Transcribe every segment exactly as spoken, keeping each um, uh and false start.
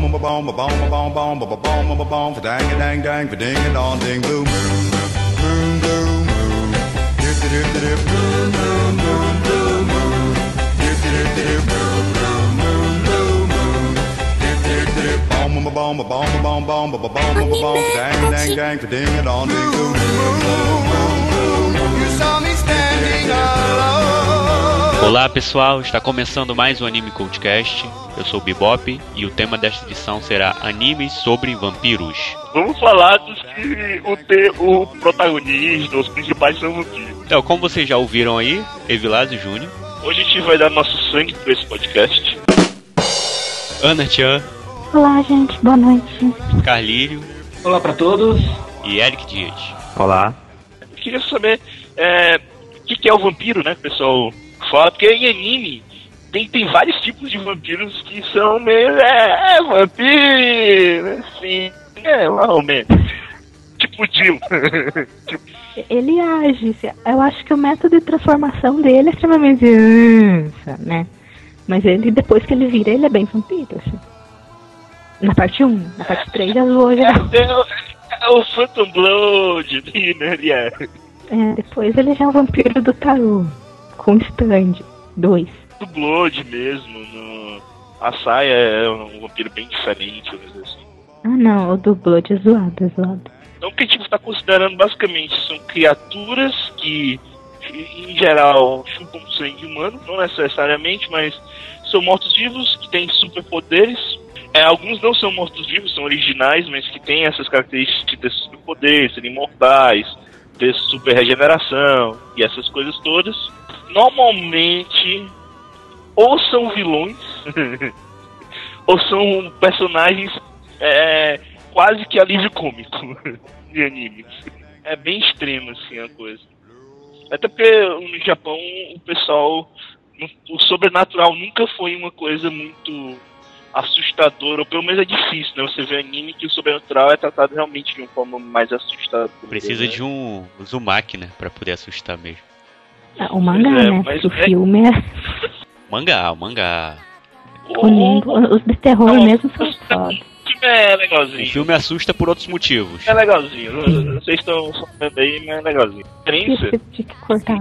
Olá pessoal, está começando mais um Anime Cultcast. Eu sou o Bebop e o tema desta edição será animes sobre vampiros. Vamos falar dos que o, te, o protagonista, os principais são vampiros. Então, como vocês já ouviram aí, Evilásio Júnior. Hoje a gente vai dar nosso sangue para esse podcast. Ana Tchan. Olá gente, boa noite. Carlírio. Olá para todos. E Eric Dias. Olá. Eu queria saber é, o que, que é o vampiro, né, pessoal? Fala, porque em anime tem, tem vários tipos de vampiros que são meio. É, é vampiro, assim. É, mais ou menos. Tipo Dio. tipo... Ele age. Eu acho que o método de transformação dele é extremamente. né? Mas ele, depois que ele vira, ele é bem vampiro, assim. Na parte um, na parte três já zoou já. É, é, o, é o Phantom Blood, né? Ele é. É, depois ele já é um vampiro do tarô. Com stand dois. Do Blood mesmo, no... a saia é um vampiro bem diferente, vamos dizer assim. Ah não, o do Blood é zoado, é zoado. Então o que a gente está considerando basicamente são criaturas que, em geral, chupam sangue humano, não necessariamente, mas são mortos-vivos, que têm superpoderes. É, alguns não são mortos-vivos, são originais, mas que têm essas características de ter superpoderes, serem imortais, ter super regeneração e essas coisas todas. Normalmente, ou são vilões, ou são personagens é, quase que alívio cômico de animes. É bem extremo, assim, a coisa. Até porque no Japão, o pessoal, o sobrenatural nunca foi uma coisa muito assustadora, ou pelo menos é difícil, né? Você vê anime que o sobrenatural é tratado realmente de uma forma mais assustadora. Precisa né? de um Uzumaki, né? Pra poder assustar mesmo. Ah, o mangá, é, né? Porque o é... filme é... Mangá, o mangá. O lindo, os de terror não, mesmo são foda. O filme é legalzinho. O filme assusta por outros motivos. É legalzinho. Sim. Vocês estão sofrendo aí, mas é legalzinho. A diferença... Tinha que cortar.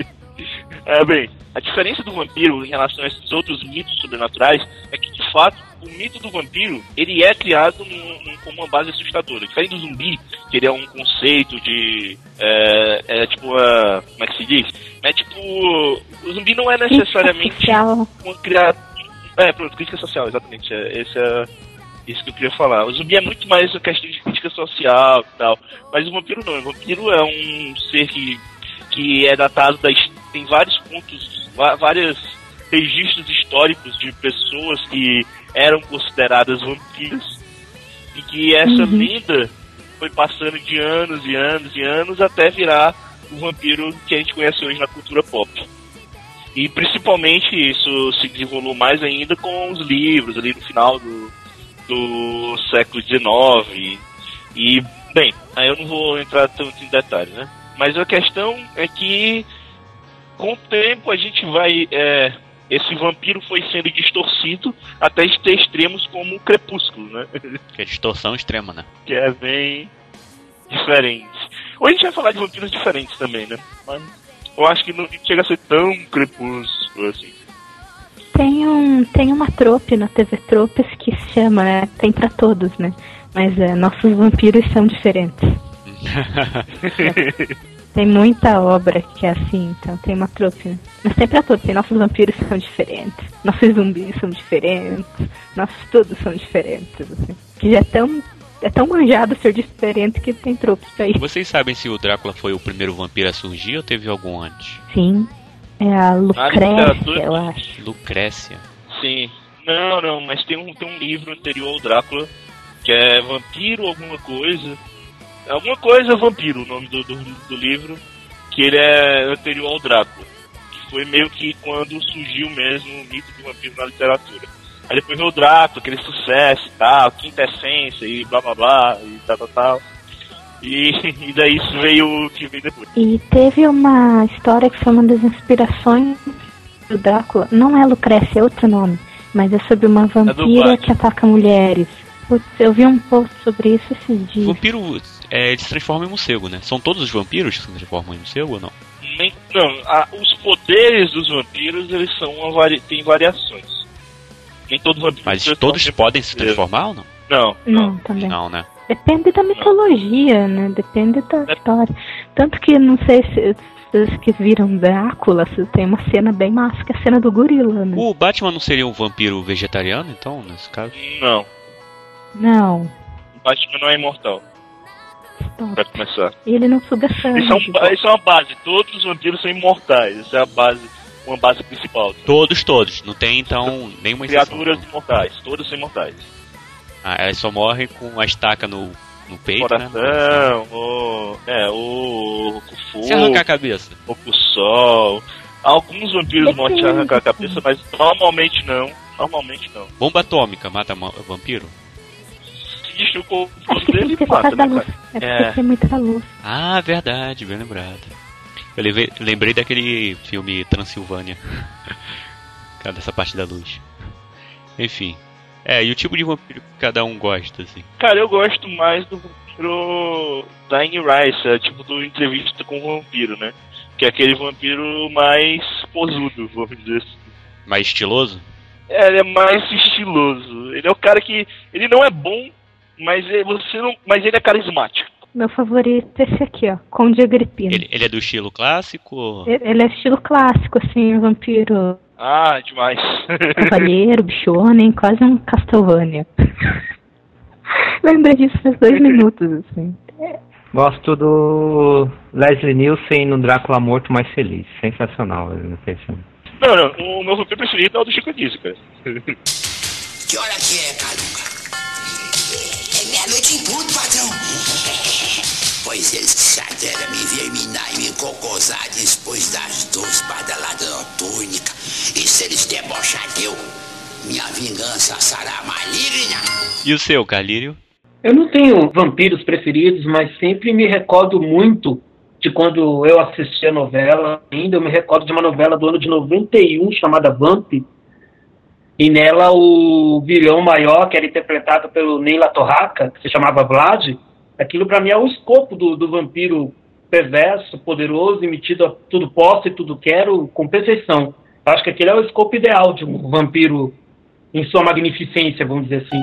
É, bem, a diferença do vampiro em relação a esses outros mitos sobrenaturais é que, de fato, o mito do vampiro, ele é criado num, num, com uma base assustadora. Diferente do zumbi, que ele é um conceito de... É, é tipo, a, como é que se diz? É tipo, o zumbi não é necessariamente uma criatura... É, pronto, crítica social, exatamente. É, esse é isso que eu queria falar. O zumbi é muito mais uma questão de crítica social e tal. Mas o vampiro não. O vampiro é um ser que, que é datado da... Tem vários pontos, vários registros históricos de pessoas que eram consideradas vampiros e que essa uhum. lenda foi passando de anos e anos e anos até virar o vampiro que a gente conhece hoje na cultura pop. E principalmente isso se desenvolveu mais ainda com os livros ali no final do, do século dezenove. E, e, bem, aí eu não vou entrar tanto em detalhes, né? Mas a questão é que com o tempo a gente vai... É, esse vampiro foi sendo distorcido até ter extremos como o Crepúsculo, né? Que é distorção extrema, né? Que é bem diferente. Hoje a gente vai falar de vampiros diferentes também, né? Mas eu acho que não chega a ser tão Crepúsculo assim. Tem, um, tem uma trope na T V Tropes que se chama, né? Tem pra todos, né? Mas é, nossos vampiros são diferentes. é. Tem muita obra que é assim, então tem uma trope, né? Mas tem pra todos, tem nossos vampiros são diferentes, nossos zumbis são diferentes, nossos todos são diferentes, assim. Que já é tão, é tão manjado ser diferente que tem tropes pra isso. Vocês sabem se o Drácula foi o primeiro vampiro a surgir ou teve algum antes? Sim, é a Lucrécia, eu acho. Lucrécia? Sim, não, não, mas tem um, tem um livro anterior ao Drácula, que é Vampiro alguma coisa... Alguma coisa Vampiro, o nome do, do, do livro, que ele é anterior ao Drácula, que foi meio que quando surgiu mesmo o mito do vampiro na literatura. Aí depois veio o Drácula, aquele sucesso e tal, quinta essência e blá blá blá e tal tal tal. E, e daí isso veio o que veio depois. E teve uma história que foi uma das inspirações do Drácula, não é Lucrécia, é outro nome, Mas é sobre uma vampira que ataca mulheres. Putz, eu vi um post sobre isso esses dias. Vampiro, é, ele se transforma em morcego, né? São todos os vampiros que se transformam em morcego ou não? Nem, não, a, os poderes dos vampiros, eles são uma vari, tem variações. Nem todo vampiro. Mas todos podem se transformar ou não? Não, não, não. também. Não, né? Depende da mitologia, né? Depende da é. história. Tanto que, não sei se vocês que viram Drácula, tem uma cena bem massa, que é a cena do gorila, né? O Batman não seria um vampiro vegetariano, então, nesse caso? Não. Não. O Batman não é imortal. Stop. Pra começar. E ele não suga sangue. Isso é, um, isso é uma base. Todos os vampiros são imortais. Isso é a base, uma base principal. Todos, todos. Não tem, então, nenhuma exceção. Criaturas imortais. Todos são imortais. Ah, elas só morrem com a estaca no, no peito, coração, né? o... É, o... o fogo. Se arrancar a cabeça. Ou com o sol. Alguns vampiros morrem de arrancar a cabeça, mas normalmente não. Normalmente não. Bomba atômica mata vampiro? Se o corpo dele, mata, né, cara? É porque é. tem muita luz. Ah, verdade, bem lembrado. Eu lembrei, lembrei daquele filme Transilvânia. Cara, dessa parte da luz. Enfim. É, e o tipo de vampiro que cada um gosta, assim? Cara, eu gosto mais do vampiro da Anne Rice, é, tipo do Entrevista com o Vampiro, né? Que é aquele vampiro mais posudo, vamos dizer assim. Mais estiloso? É, ele é mais estiloso. Ele é o cara que... Ele não é bom, mas ele, você não, mas ele é carismático. Meu favorito é esse aqui, ó, Conde Agripino. Ele, ele é do estilo clássico? Ele, ele é estilo clássico, assim, um vampiro... Ah, demais. Cavalheiro, bichonem, quase um Castlevania. Lembrei disso faz dois minutos, assim. Gosto do Leslie Nielsen no Drácula Morto Mais Feliz. Sensacional. Não, não, não, o meu vampiro preferido é o do Chico Anísio, cara. Que hora que é, Caluca? É meia-noite em ponto, patrão. Pois eles quiseram me verminar e me cocosar depois das duas badaladas noturnicas. E se eles debochar eu, minha vingança será maligna. E o seu, Carlírio? Eu não tenho vampiros preferidos, mas sempre me recordo muito de quando eu assisti a novela. Ainda eu me recordo de uma novela do ano de noventa e um chamada Vamp. E nela o vilão maior, que era interpretado pelo Neila Torraca, que se chamava Vlad, aquilo pra mim é o escopo do, do vampiro perverso, poderoso, emitido a tudo posso e tudo quero, com perfeição. Eu acho que aquele é o escopo ideal de um vampiro em sua magnificência, vamos dizer assim.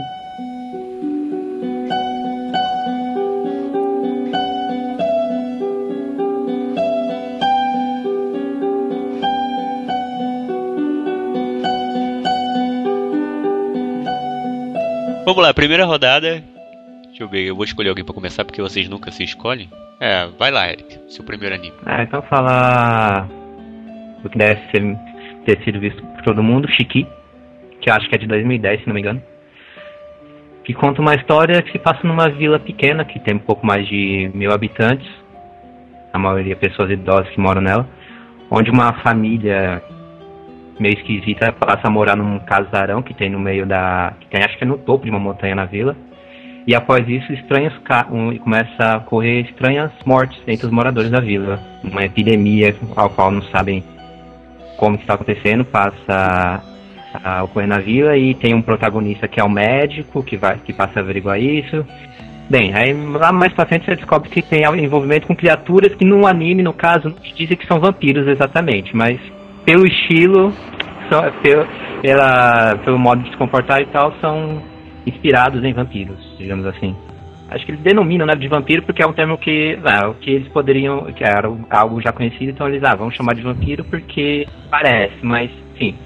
Vamos lá, primeira rodada. Deixa eu ver, eu vou escolher alguém pra começar porque vocês nunca se escolhem. É, vai lá, Eric, seu primeiro anime. Ah, então falar do que deve ser, ter sido visto por todo mundo, Shiki, que eu acho que é de dois mil e dez, se não me engano. Que conta uma história que se passa numa vila pequena, que tem um pouco mais de mil habitantes, a maioria pessoas idosas que moram nela, onde uma família meio esquisita passa a morar num casarão que tem no meio da... que tem, acho que é no topo de uma montanha na vila. E após isso, estranhos ca... um, começa a ocorrer estranhas mortes entre os moradores da vila. Uma epidemia ao qual não sabem como que está acontecendo, passa a ocorrer na vila e tem um protagonista que é o médico, que, vai, que passa a averiguar isso. Bem, aí lá mais pra frente você descobre que tem envolvimento com criaturas que no anime, no caso, não dizem que são vampiros exatamente, mas pelo estilo, são, pelo, pela, pelo modo de se comportar e tal, são inspirados em vampiros, digamos assim. Acho que eles denominam, né, de vampiro porque é um termo que, ah, que eles poderiam, que era algo já conhecido, então eles, ah, vão chamar de vampiro porque parece, mas, enfim.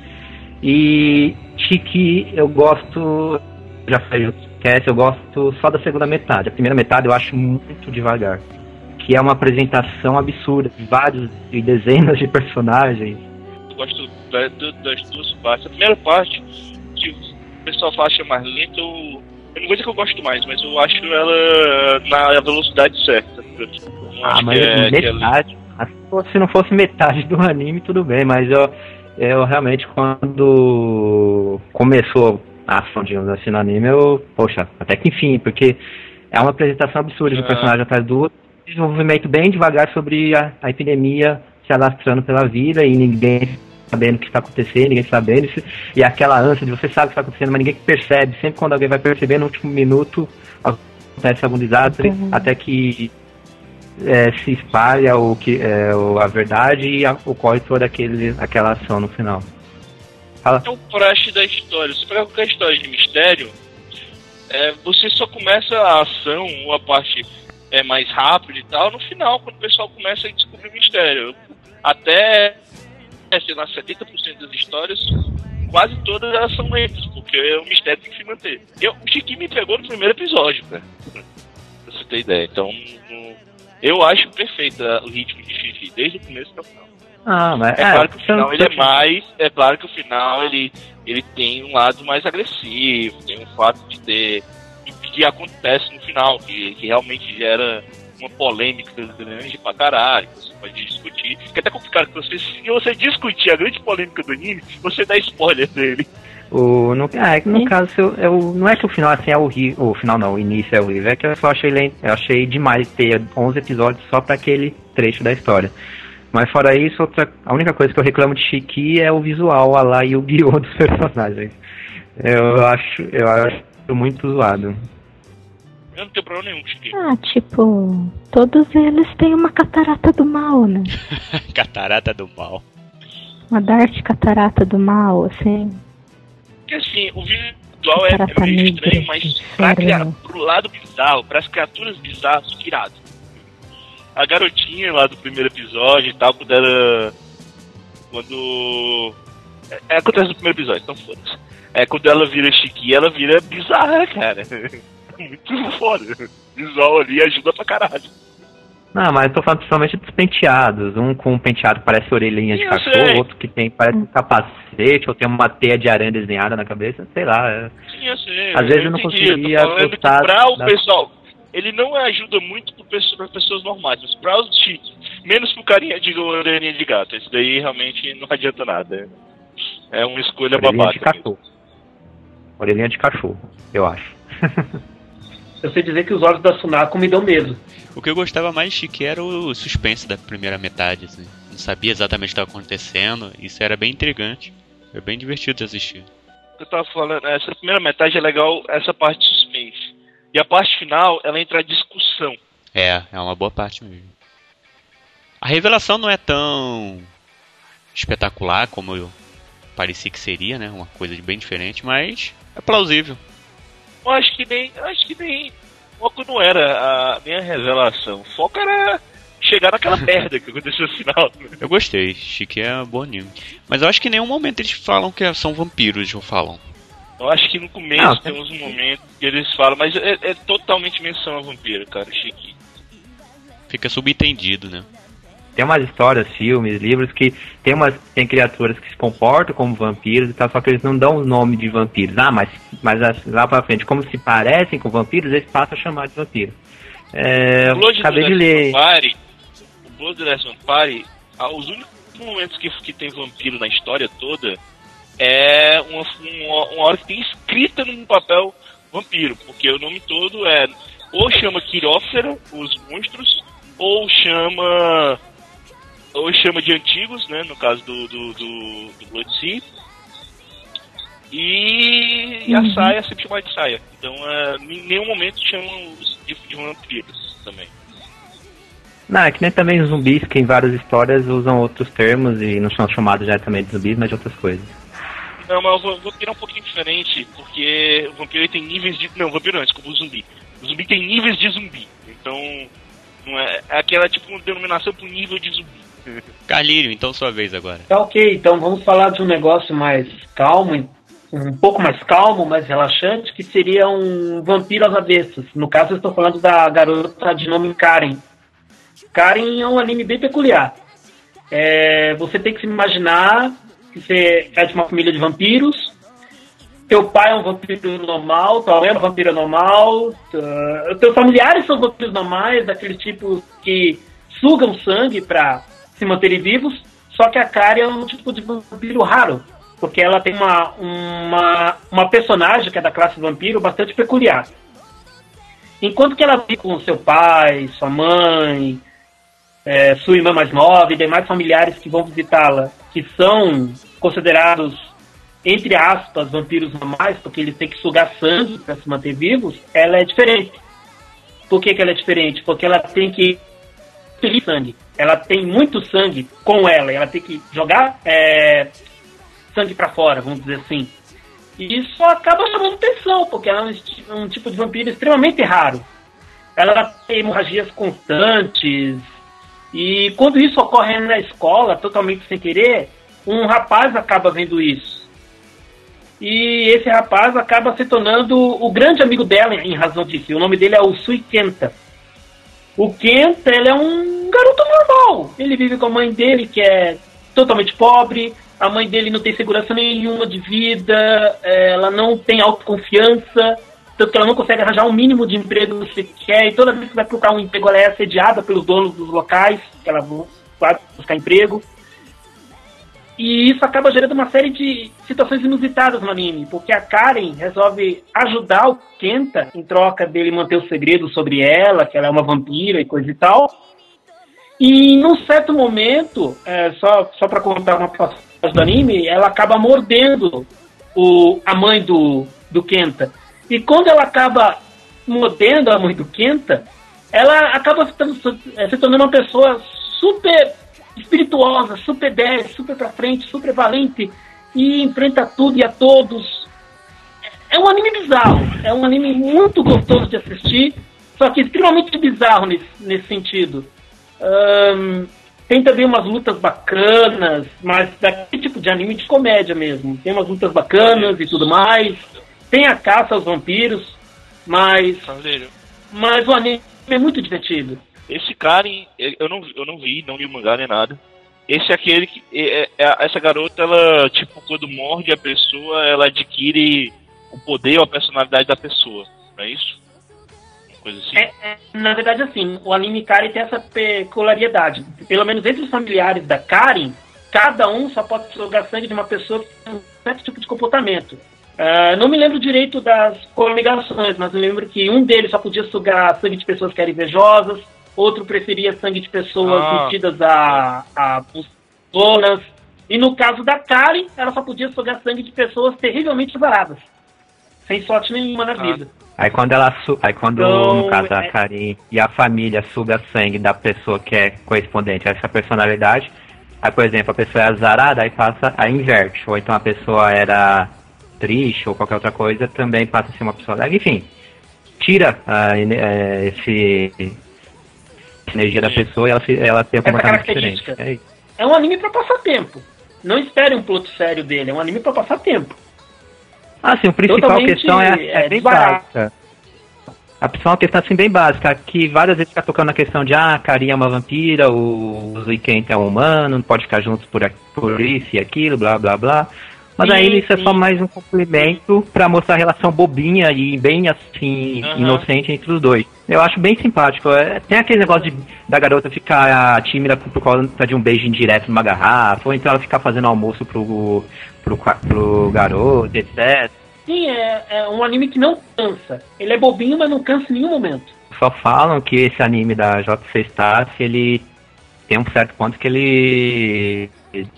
E Shiki, eu gosto, já falei no podcast, eu gosto só da segunda metade. A primeira metade eu acho muito devagar, que é uma apresentação absurda, de vários e dezenas de personagens. Eu gosto das duas partes. A primeira parte, que o pessoal fala que é mais lenta, eu, eu não vou dizer que eu gosto mais, mas eu acho ela na velocidade certa. Ah, mas é, metade, ela... se não fosse metade do anime, tudo bem, mas eu, eu realmente, quando começou a ação, digamos assim, no anime, eu, poxa, até que enfim, porque é uma apresentação absurda de um personagem atrás do outro, desenvolvimento bem devagar sobre a, a epidemia se alastrando pela vida e ninguém sabendo o que está acontecendo, ninguém sabendo, e aquela ânsia de você sabe o que está acontecendo, mas ninguém percebe. Sempre quando alguém vai perceber, no último minuto acontece algum desastre, uhum. até que é, se espalha o que, é, a verdade e a, ocorre toda aquele, aquela ação no final. Fala. É um praxe da história. Se pegar qualquer história de mistério, é, você só começa a ação, ou a parte é, mais rápida e tal, no final, quando o pessoal começa a descobrir o mistério. Até, sei lá, setenta por cento das histórias, quase todas elas são lentas, porque o mistério tem que se manter. Eu, o Chiquinho me pegou no primeiro episódio, né? Pra você ter ideia. Então, no, eu acho perfeito o ritmo de Chiquinho, desde o começo até o final. Ah, mas é, é claro que o final ele é mais. É claro que o final ele, ele tem um lado mais agressivo, tem um fato de ter. O que acontece no final, que, que realmente gera uma polêmica grande pra caralho, que você pode discutir. Que é até complicado, que você, se você discutir a grande polêmica do anime, você dá spoiler dele. O, no, é, no caso, eu, eu, não é que o final assim é horrível, o final não, o início é horrível, é que eu só achei, eu achei demais ter onze episódios só pra aquele trecho da história. Mas fora isso, outra, a única coisa que eu reclamo de Shiki é o visual, a lá e o guiô dos personagens. Eu acho, eu acho muito zoado. Eu não tenho problema nenhum, Shiki. Ah, tipo, todos eles têm uma catarata do mal, né? Catarata do mal. Uma Dark catarata do mal, assim. Porque assim, o visual é, é meio estranho, mas pra criar, pro lado bizarro, pras criaturas bizarras, irado. A garotinha lá do primeiro episódio e tal, quando ela... Quando... É, é, acontece no primeiro episódio, então foda-se. É, quando ela vira Chiquinha, ela vira bizarra, cara. Muito foda. O visual ali ajuda pra caralho. Não, mas eu tô falando principalmente dos penteados. Um com um penteado que parece orelhinha de cachorro, outro que tem parece um capacete, ou tem uma teia de aranha desenhada na cabeça, sei lá. É... Sim, eu sei. Às eu vezes eu não conseguia gostar... Pra o da... pessoal... Ele não ajuda muito para pessoas normais, mas para os chiques, menos pro carinha de orelhinha de gato. Isso daí realmente não adianta nada. É uma escolha orelhinha babaca. De cachorro. Orelhinha de cachorro, eu acho. Eu sei dizer que os olhos da Sunako me dão medo. O que eu gostava mais de Chique era o suspense da primeira metade, assim. Não sabia exatamente o que estava acontecendo, isso era bem intrigante. Foi bem divertido de assistir. Eu tava falando, essa primeira metade é legal, essa parte de suspense. E a parte final, ela entra em discussão. É, é uma boa parte mesmo. A revelação não é tão espetacular como eu parecia que seria, né? Uma coisa bem diferente, mas é plausível. Eu acho que nem, acho que nem o foco não era a minha revelação. O foco era chegar naquela merda que aconteceu no final. Eu gostei, Chique é bom anime. Mas eu acho que em nenhum momento eles falam que são vampiros, ou falam. Eu acho que no começo não, tem uns momentos que eles falam, mas é, é totalmente menção a vampiro, cara, Chique. Fica subentendido, né? Tem umas histórias, filmes, livros que tem umas tem criaturas que se comportam como vampiros e tal, só que eles não dão o nome de vampiros. Ah, mas, mas lá pra frente, como se parecem com vampiros, eles passam a chamar de vampiro. É, o acabei de ler. Vampire, o Blood Last Vampire, os únicos momentos que, que tem vampiro na história toda é uma, uma, uma hora que tem escrita num papel vampiro, porque o nome todo é ou chama Quirófera, os monstros, ou chama ou chama de antigos, né, no caso do, do, do, do Blood Sea, e, e a uhum. saia sempre chama de saia. Então é, em nenhum momento chamam os tipos de vampiros também. Não, é que nem também os zumbis, que em várias histórias usam outros termos e não são chamados diretamente de zumbis, mas de outras coisas. Não, mas o vampiro é um pouquinho diferente, porque o vampiro tem níveis de... Não, o vampiro não, desculpa, o zumbi. O zumbi tem níveis de zumbi. Então, não é, é aquela tipo uma denominação pro nível de zumbi. Carlírio, então sua vez agora. Tá ok, então vamos falar de um negócio mais calmo, um pouco mais calmo, mais relaxante, que seria um vampiro às avessas. No caso, eu estou falando da garota de nome Karen. Karen é um anime bem peculiar. É, você tem que se imaginar que você é de uma família de vampiros, teu pai é um vampiro normal, tua mãe é uma vampira normal, uh, teus familiares são vampiros normais, daqueles tipos que sugam sangue para se manterem vivos, só que a Karen é um tipo de vampiro raro, porque ela tem uma, uma, uma personagem que é da classe vampiro bastante peculiar. Enquanto que ela vive com seu pai, sua mãe, é, sua irmã mais nova e demais familiares que vão visitá-la, que são considerados, entre aspas, vampiros normais, porque eles têm que sugar sangue para se manter vivos, ela é diferente. Por que, que ela é diferente? Porque ela tem que expelir sangue. Ela tem muito sangue com ela, ela tem que jogar é, sangue para fora, vamos dizer assim. E isso acaba chamando atenção, porque ela é um, um tipo de vampiro extremamente raro. Ela tem hemorragias constantes, e quando isso ocorre na escola, totalmente sem querer, um rapaz acaba vendo isso. E esse rapaz acaba se tornando o grande amigo dela em razão disso. O nome dele é o Sui Kenta. O Kenta, ele é um garoto normal. Ele vive com a mãe dele, que é totalmente pobre. A mãe dele não tem segurança nenhuma de vida. Ela não tem autoconfiança. Tanto que ela não consegue arranjar um mínimo de emprego que quer. E toda vez que vai procurar um emprego, ela é assediada pelos donos dos locais, que ela vai buscar emprego. E isso acaba gerando uma série de situações inusitadas no anime, porque a Karen resolve ajudar o Kenta em troca dele manter o segredo sobre ela, que ela é uma vampira e coisa e tal. E num certo momento, é, só, só para contar uma passagem do anime, ela acaba mordendo o, a mãe do, do Kenta. E quando ela acaba mordendo a mãe do Kenta, ela acaba se, se tornando uma pessoa super espirituosa, super dez, super pra frente, super valente, e enfrenta tudo e a todos. É um anime bizarro, é um anime muito gostoso de assistir, só que extremamente bizarro nesse, nesse sentido. Um, tem também umas lutas bacanas, mas daquele tipo de anime de comédia mesmo. Tem umas lutas bacanas e tudo mais. Tem a caça aos vampiros, mas, mas o anime é muito divertido. Esse Karen, eu não, eu não vi, não li o mangá nem nada. Esse é aquele que... É, é, essa garota, ela, tipo, quando morde a pessoa, ela adquire o poder ou a personalidade da pessoa, não é isso? Uma coisa assim? É, é, na verdade, assim, o anime Karen tem essa peculiaridade. Pelo menos entre os familiares da Karen, cada um só pode sugar sangue de uma pessoa que tem um certo tipo de comportamento. Uh, não me lembro direito das coligações, mas eu lembro que um deles só podia sugar sangue de pessoas que eram invejosas, outro preferia sangue de pessoas ah. metidas a, a zonas. E no caso da Karen, ela só podia sugar sangue de pessoas terrivelmente varadas. Sem sorte nenhuma na ah. vida. Aí quando ela su aí quando então, no caso da é... Karen e a família suga sangue da pessoa que é correspondente a essa personalidade, aí por exemplo, a pessoa é azarada, aí passa, aí inverte. Ou então a pessoa era triste ou qualquer outra coisa, também passa a ser uma pessoa leve. Enfim, tira uh, esse... energia da pessoa e ela, ela tem um comportamento diferente. É, é um anime pra passar tempo. Não espere um plot sério dele, é um anime pra passar tempo. Ah, sim, a principal Totalmente questão é, é, é bem básica. A principal questão assim, bem básica, que várias vezes fica tocando na questão de ah, a Karin é uma vampira, o Zuikenta é um humano, não pode ficar juntos por, por isso e aquilo, blá blá blá. Mas sim, aí isso sim. é só mais um complemento pra mostrar a relação bobinha e bem assim, uhum. inocente entre os dois. Eu acho bem simpático. É, tem aquele negócio de, da garota ficar tímida por causa de um beijo indireto numa garrafa, ou então ela ficar fazendo almoço pro, pro, pro garoto, etcétera. Sim, é, é um anime que não cansa. Ele é bobinho, mas não cansa em nenhum momento. Só falam que esse anime da J C Staff, ele tem um certo ponto que ele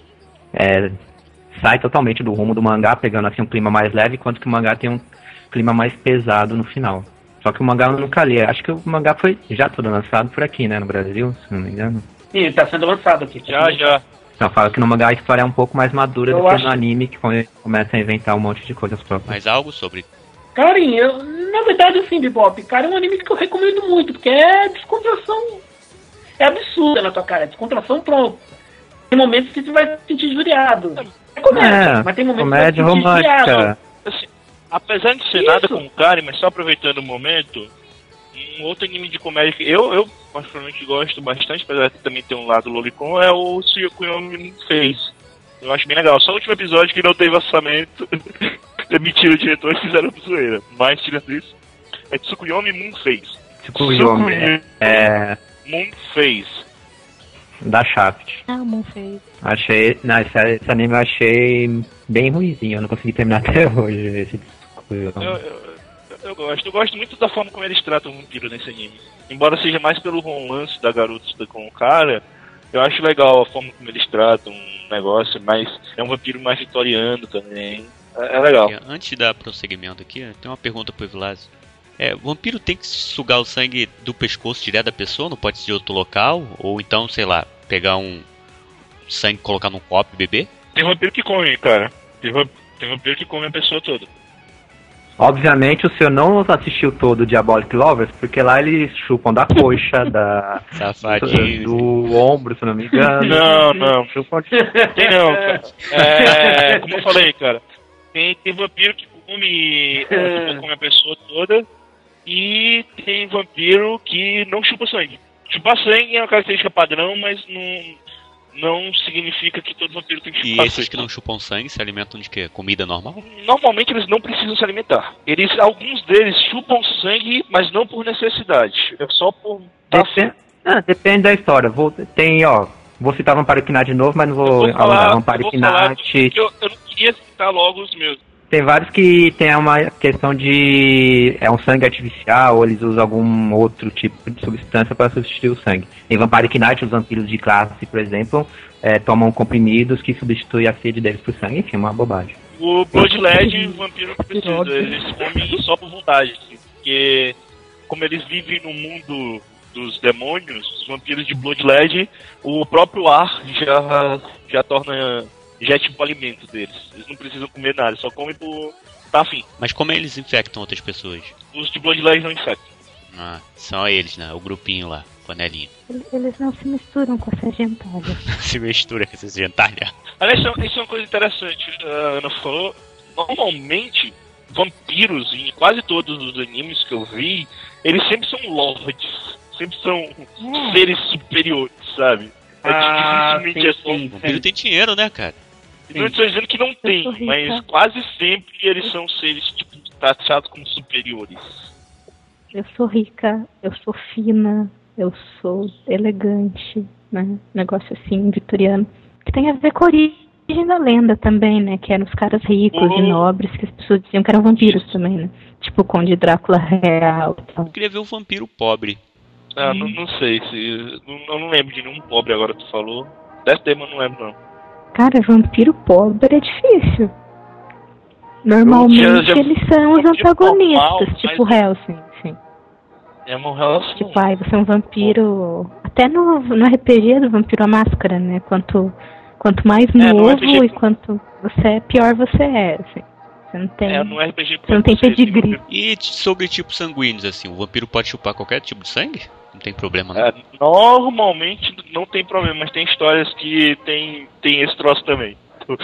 é, sai totalmente do rumo do mangá, pegando assim um clima mais leve, enquanto que o mangá tem um clima mais pesado no final. Só que o mangá eu nunca li. Acho que o mangá foi já todo lançado por aqui, né, no Brasil, se não me engano. Sim, ele tá sendo lançado aqui. Já, já. Então fala que no mangá a história é um pouco mais madura eu do que no anime, que começa a inventar um monte de coisas próprias. Mas algo sobre... Karen, eu, na verdade, assim, Bebop, Karen é um anime que eu recomendo muito, porque é descontração... É absurda na tua cara, é descontração pronta. Tem momentos que você vai se sentir injuriado. É comédia, é, mas tem momentos comédia que você vai se sentir romântica. Assim, apesar de ser Isso. nada com Karen, mas só aproveitando o momento, um outro anime de comédia que eu, eu particularmente gosto bastante, apesar de também ter um lado lolicon, é o Tsukuyomi Face. Eu acho bem legal. Só o último episódio que não teve orçamento, demitiram o diretor e fizeram zoeira. Mas, tirando isso, é Tsukuyomi Moonface. Tsukuyomi, Tsukuyomi é... Moonface. Da Shaft. Ah, Moonface. Achei... Não, esse, esse anime eu achei bem ruizinho. Eu não consegui terminar até hoje. Esse Tsukuyomi. Eu, eu, eu gosto. Eu gosto muito da forma como eles tratam o vampiro nesse anime. Embora seja mais pelo romance da garota com o cara, eu acho legal a forma como eles tratam negócio, mas é um vampiro mais vitoriano também. É, é legal. Antes de dar prosseguimento aqui, tem uma pergunta pro Evilásio. É, vampiro tem que sugar o sangue do pescoço direto da pessoa? Não pode ser de outro local? Ou então, sei lá, pegar um sangue, colocar num copo e beber? Tem vampiro que come, cara. Tem vampiro, tem vampiro que come a pessoa toda. Obviamente o senhor não assistiu todo o Diabolic Lovers, porque lá eles chupam da coxa, da Safadinho. do, do ombro, se não me engano. Não, não. Chupam de... Tem não, cara. É, como eu falei, cara. Tem, tem vampiro que come, é, come a pessoa toda. E tem vampiro que não chupa sangue. Chupar sangue é uma característica padrão, mas não, não significa que todo vampiro tem que chupar sangue. E esses que não chupam sangue se alimentam de quê? Comida normal? Normalmente eles não precisam se alimentar. Eles, alguns deles chupam sangue, mas não por necessidade. É só por... Depende, ah, depende da história. Vou, tem, ó... Vou citar Vampariquinat de novo, mas não vou falar Vampariquinat. Eu, eu não queria citar logo os meus. Tem vários que tem uma questão de... É um sangue artificial, ou eles usam algum outro tipo de substância para substituir o sangue. Em Vampariquinat, os vampiros de classe, por exemplo, é, tomam comprimidos que substituem a sede deles por sangue. Enfim, uma bobagem. O Bloodled, o vampiro não precisa. Eles comem só por vontade. Assim, porque como eles vivem no mundo dos demônios, os vampiros de Bloodled, o próprio ar já, já torna... Já é tipo alimento deles. Eles não precisam comer nada, só comem por... tá afim. Mas como eles infectam outras pessoas? Os de Bloodled não infectam. Ah, são eles, né? O grupinho lá, panelinha. Eles não se misturam com essa gentalha. Se mistura com essa gentalha. Aliás, isso é uma coisa interessante. A Ana falou, normalmente, vampiros, em quase todos os animes que eu vi, eles sempre são lords. Sempre são é. seres superiores, sabe? É ah, dificilmente sim, é sim, O vampiro tem dinheiro, né, cara? Não estou dizendo que não tem, mas quase sempre eles são seres tipo, taxados como superiores. Eu sou rica, eu sou fina, eu sou elegante, né? Negócio assim, vitoriano. Que tem a ver com a origem da lenda também, né? Que eram os caras ricos Uhum. e nobres, que as pessoas diziam que eram vampiros também, né? Tipo o Conde Drácula real. Então. Eu queria ver o vampiro pobre. Ah, não, não sei se. Não, eu não lembro de nenhum pobre agora que tu falou. Deve ter, mas não lembro não. Cara, vampiro pobre é difícil. Normalmente Já- já- eles são os vampiro antagonistas, normal, tipo mas- Hellsing, sim. É uma relação. Tipo, ai, você é um vampiro. Até no, no R P G do Vampiro à Máscara, né? Quanto, quanto mais no novo R P G e quanto você é, pior você é, assim. Você não tem. É, no R P G Você não tem pedigree. E t- sobre tipos sanguíneos, assim, o vampiro pode chupar qualquer tipo de sangue? Não tem problema, não. É, normalmente não tem problema, mas tem histórias que tem, tem esse troço também.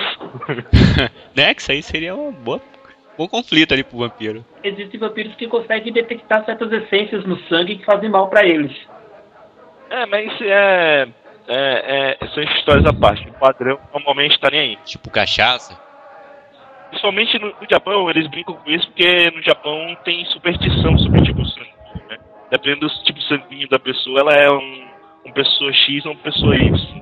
Né? Que isso aí seria um boa, bom conflito ali pro vampiro. Existem vampiros que conseguem detectar certas essências no sangue que fazem mal pra eles. É, mas isso é, é, é. São histórias à parte. O padrão normalmente tá nem aí. Tipo cachaça. Principalmente no, no Japão, eles brincam com isso porque no Japão tem superstição sobre tipo de sangue, né? Dependendo do tipo de sanguíneo da pessoa, ela é um, uma pessoa X ou uma pessoa Y.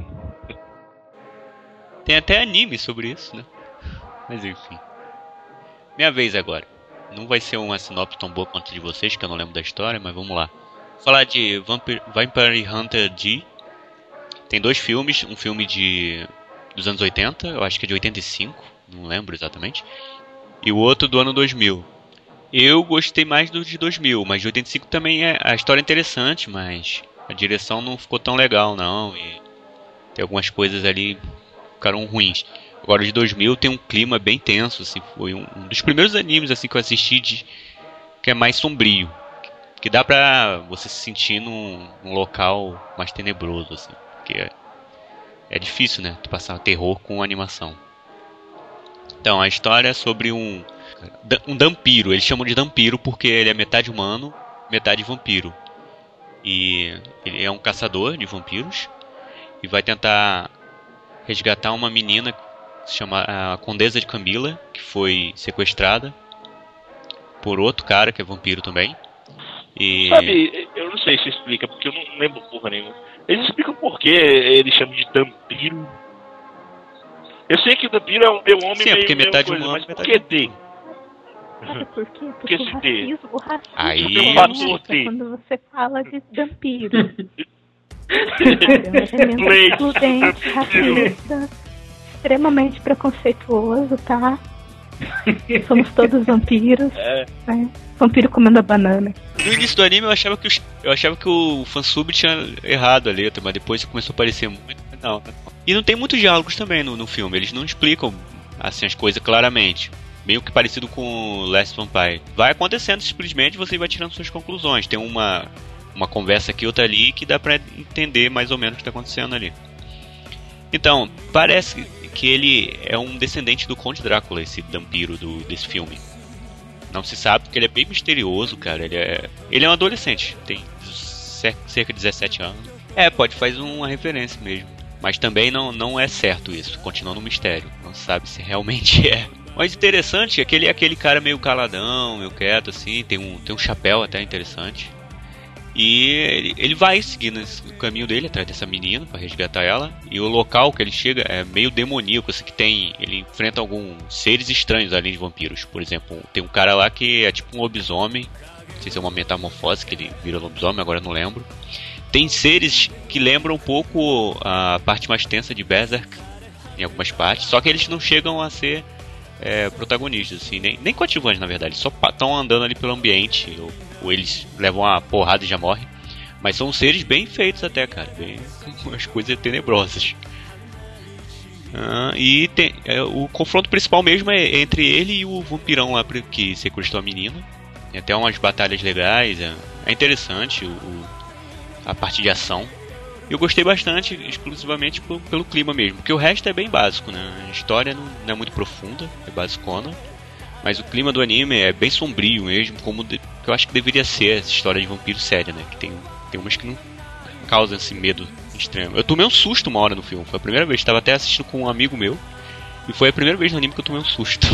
Tem até anime sobre isso, né? Mas enfim. Minha vez agora. Não vai ser uma sinopse tão boa quanto a de vocês, que eu não lembro da história, mas vamos lá. Vou falar de Vampire, Vampire Hunter D. Tem dois filmes, um filme de dos anos oitenta, eu acho que é de oitenta e cinco, não lembro exatamente. E o outro do ano dois mil. Eu gostei mais do de dois mil, mas de oitenta e cinco também é a história é interessante, mas a direção não ficou tão legal não, e tem algumas coisas ali ficaram ruins. Agora o de dois mil tem um clima bem tenso, assim, foi um, um dos primeiros animes assim que eu assisti de, que é mais sombrio, que dá pra você se sentir num, num local mais tenebroso, assim, porque é, é difícil, né, tu passar terror com animação. Então a história é sobre um um dampiro, eles chamam de dampiro porque ele é metade humano, metade vampiro. E ele é um caçador de vampiros e vai tentar resgatar uma menina que se chama a Condesa de Camila, que foi sequestrada por outro cara que é vampiro também. E... Sabe, eu não sei se explica, porque eu não lembro porra nenhuma. Eles explicam por que eles chamam de dampiro. Eu sei que o dampiro é um meu homem Sim, é porque meio, metade meio coisa, humano, mas por metade que D? Sabe por quê? Porque Porque o se tem. racismo, o racismo Aí- é Fator é T. quando você fala de vampiro. É um elemento Leite, excludente, vampiro. racista, extremamente preconceituoso, tá? Somos todos vampiros. É. Né? Vampiro comendo a banana. No início do anime eu achava que, os, eu achava que o fansub tinha errado a letra, mas depois começou a aparecer muito. Não, não. E não tem muitos diálogos também no, no filme, eles não explicam assim, as coisas claramente. Meio que parecido com Last Vampire. Vai acontecendo simplesmente, você vai tirando suas conclusões. Tem uma, uma conversa aqui, outra ali, que dá pra entender mais ou menos o que tá acontecendo ali. Então, parece que ele é um descendente do Conde Drácula, esse vampiro do, desse filme. Não se sabe, porque ele é bem misterioso, cara. Ele é, ele é um adolescente, tem cerca de dezessete anos. É, pode fazer uma referência mesmo. Mas também não, não é certo isso, continua no mistério. Não se sabe se realmente é. Mas interessante é que ele é aquele cara meio caladão, meio quieto, assim. Tem um, tem um chapéu até interessante. E ele, ele vai seguindo o caminho dele atrás dessa menina para resgatar ela. E o local que ele chega é meio demoníaco, assim, que tem, ele enfrenta alguns seres estranhos além de vampiros. Por exemplo, tem um cara lá que é tipo um lobisomem. Não sei se é uma metamorfose que ele vira lobisomem, agora não lembro. Tem seres que lembram um pouco a parte mais tensa de Berserk em algumas partes, só que eles não chegam a ser é, protagonistas, assim, nem, nem coadjuvantes na verdade, só estão andando ali pelo ambiente, ou, ou eles levam uma porrada e já morrem. Mas são seres bem feitos até, cara, bem, umas coisas tenebrosas. Ah, e tem, é, o confronto principal mesmo é entre ele e o vampirão lá que sequestrou a menina. Tem até umas batalhas legais, é, é interessante o, o a parte de ação. Eu gostei bastante, exclusivamente pelo, pelo clima mesmo, porque o resto é bem básico, né? A história não, não é muito profunda, é basicona, mas o clima do anime é bem sombrio mesmo, como de, que eu acho que deveria ser essa história de vampiro séria, né? Que tem, tem umas que não causam esse medo extremo. Eu tomei um susto uma hora no filme, foi a primeira vez, estava até assistindo com um amigo meu, e foi a primeira vez no anime que eu tomei um susto.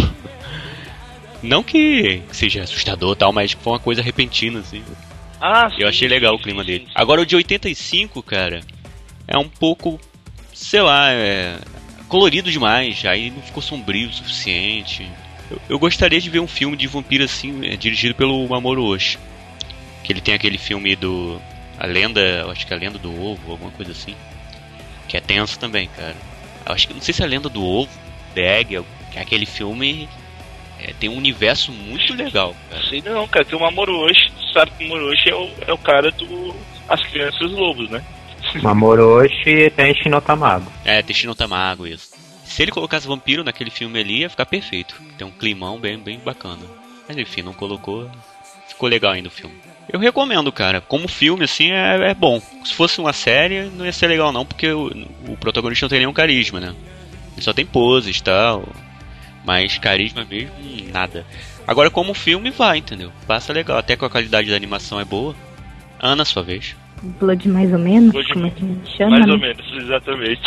Não que seja assustador e tal, mas foi uma coisa repentina, assim. Ah, eu achei legal o clima dele. Agora o de oitenta e cinco, cara, é um pouco, sei lá, é colorido demais. Aí não ficou sombrio o suficiente. Eu, eu gostaria de ver um filme de vampiro assim, é, dirigido pelo Mamoru Oshii. Que ele tem aquele filme do A Lenda, eu acho que é A Lenda do Ovo, alguma coisa assim. Que é tenso também, cara. Eu acho que, não sei se é A Lenda do Ovo, The Egg, que é aquele filme... É, tem um universo muito legal, cara. Sei não, cara, tem o Mamoru Oshii, tu sabe que o Mamoru Oshii é o, é o cara do As Crianças Lobos, né? Mamoru Oshii tem Shinotamago. É, tem Shinotamago, isso. Se ele colocasse vampiro naquele filme ali, ia ficar perfeito. Tem um climão bem, bem bacana. Mas enfim, não colocou, ficou legal ainda o filme. Eu recomendo, cara. Como filme, assim, é, é bom. Se fosse uma série, não ia ser legal não, porque o, o protagonista não tem nenhum carisma, né? Ele só tem poses e tal... Mas carisma mesmo, nada. Agora como filme vai, entendeu? Passa legal, até que a qualidade da animação é boa. Ana, sua vez. Blood mais ou menos, Blood, como é que a gente chama? Mais né? ou menos, exatamente.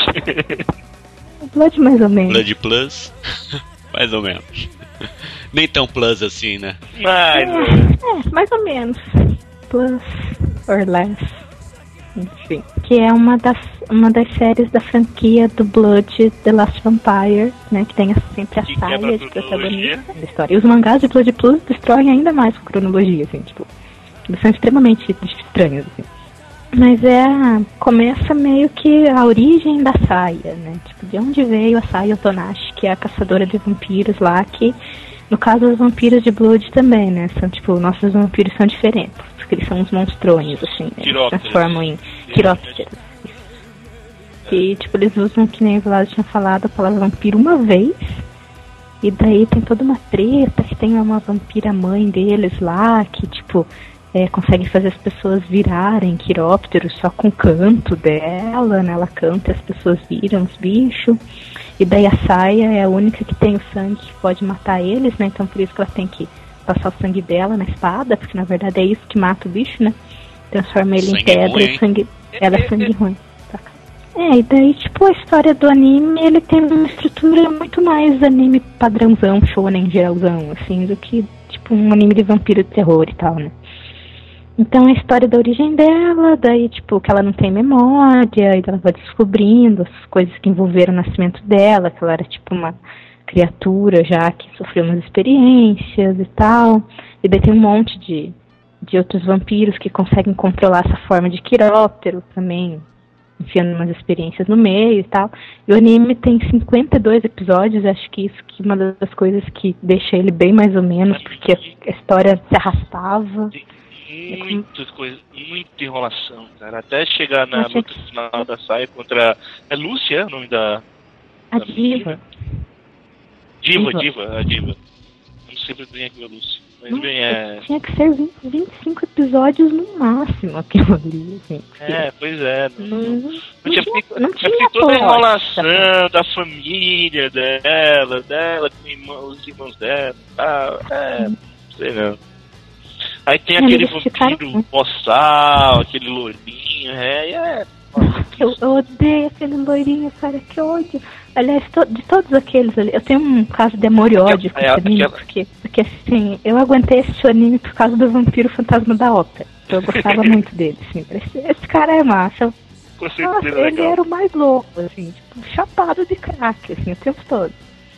Blood mais ou menos. Blood Plus, mais ou menos. Nem tão plus assim, né? Mais ou é, menos. é, mais ou menos. Plus or less. Enfim. Que é uma das, uma das séries da franquia do Blood The Last Vampire, né? Que tem sempre a Que saia quebra a de cronologia. protagonista da história. E os mangás de Blood Plus destroem ainda mais a cronologia, assim, tipo. Eles são extremamente estranhos, assim. Mas é. Começa meio que a origem da saia, né? Tipo, de onde veio a saia Otonashi, que é a caçadora de vampiros lá, que. No caso, os vampiros de Blood também, né? São, tipo, nossos vampiros são diferentes. Porque eles são uns monstrões, assim, né? Eles se transformam em quirópteros. E, tipo, eles usam, que nem o Vlad tinha falado, a palavra vampiro uma vez. E daí tem toda uma treta, que tem uma vampira mãe deles lá, que, tipo, é, consegue fazer as pessoas virarem quirópteros só com o canto dela, né? Ela canta e as pessoas viram os bichos. E daí a saia é a única que tem o sangue que pode matar eles, né? Então por isso que ela tem que passar o sangue dela na espada, porque na verdade é isso que mata o bicho, né? Transforma ele sangue em pedra ruim, e sangue... ela é sangue ruim. É, e daí, tipo, a história do anime, ele tem uma estrutura muito mais anime padrãozão, shonen geralzão, assim, do que, tipo, um anime de vampiro de terror e tal, né? Então, a história da origem dela, daí, tipo, que ela não tem memória, e ela vai descobrindo as coisas que envolveram o nascimento dela, que ela era, tipo, uma criatura já que sofreu umas experiências e tal. E daí tem um monte de, de outros vampiros que conseguem controlar essa forma de quiróptero também, enfiando umas experiências no meio e tal. E o anime tem cinquenta e dois episódios, acho que isso que uma das coisas que deixa ele bem mais ou menos, porque a história se arrastava. Muitas coisas, muita enrolação, cara. Até chegar na Achei luta final da saia contra. É Lúcia, é o nome da. A da diva. Diva, Diva. Diva, a Diva. Não sei se tem aqui a Lúcia. Mas Não, bem, é. Tinha que ser vinte, vinte e cinco episódios no máximo aquilo ali, assim. porque É, pois é. Não, Não, não, não tinha, tinha, feito- não tinha tinha feito toda a plot, enrolação da família dela, dela com irmão- os irmãos dela e tal. É, não sei não. Aí tem É, aquele eles ficaram vampiro muito- boçal, aquele loirinho, é, e é. Eu, eu odeio aquele loirinho, cara, que ódio. Aliás, to- de todos aqueles ali, eu tenho um caso de amor e ódio com É, esse anime, aquela- porque, porque assim, eu aguentei esse anime por causa do Vampiro Fantasma da Ópera. Eu gostava muito dele, assim. Esse, esse cara é massa. O conceito Nossa, dele é ele legal. era o mais louco, assim, tipo, chapado de crack, assim, o tempo todo.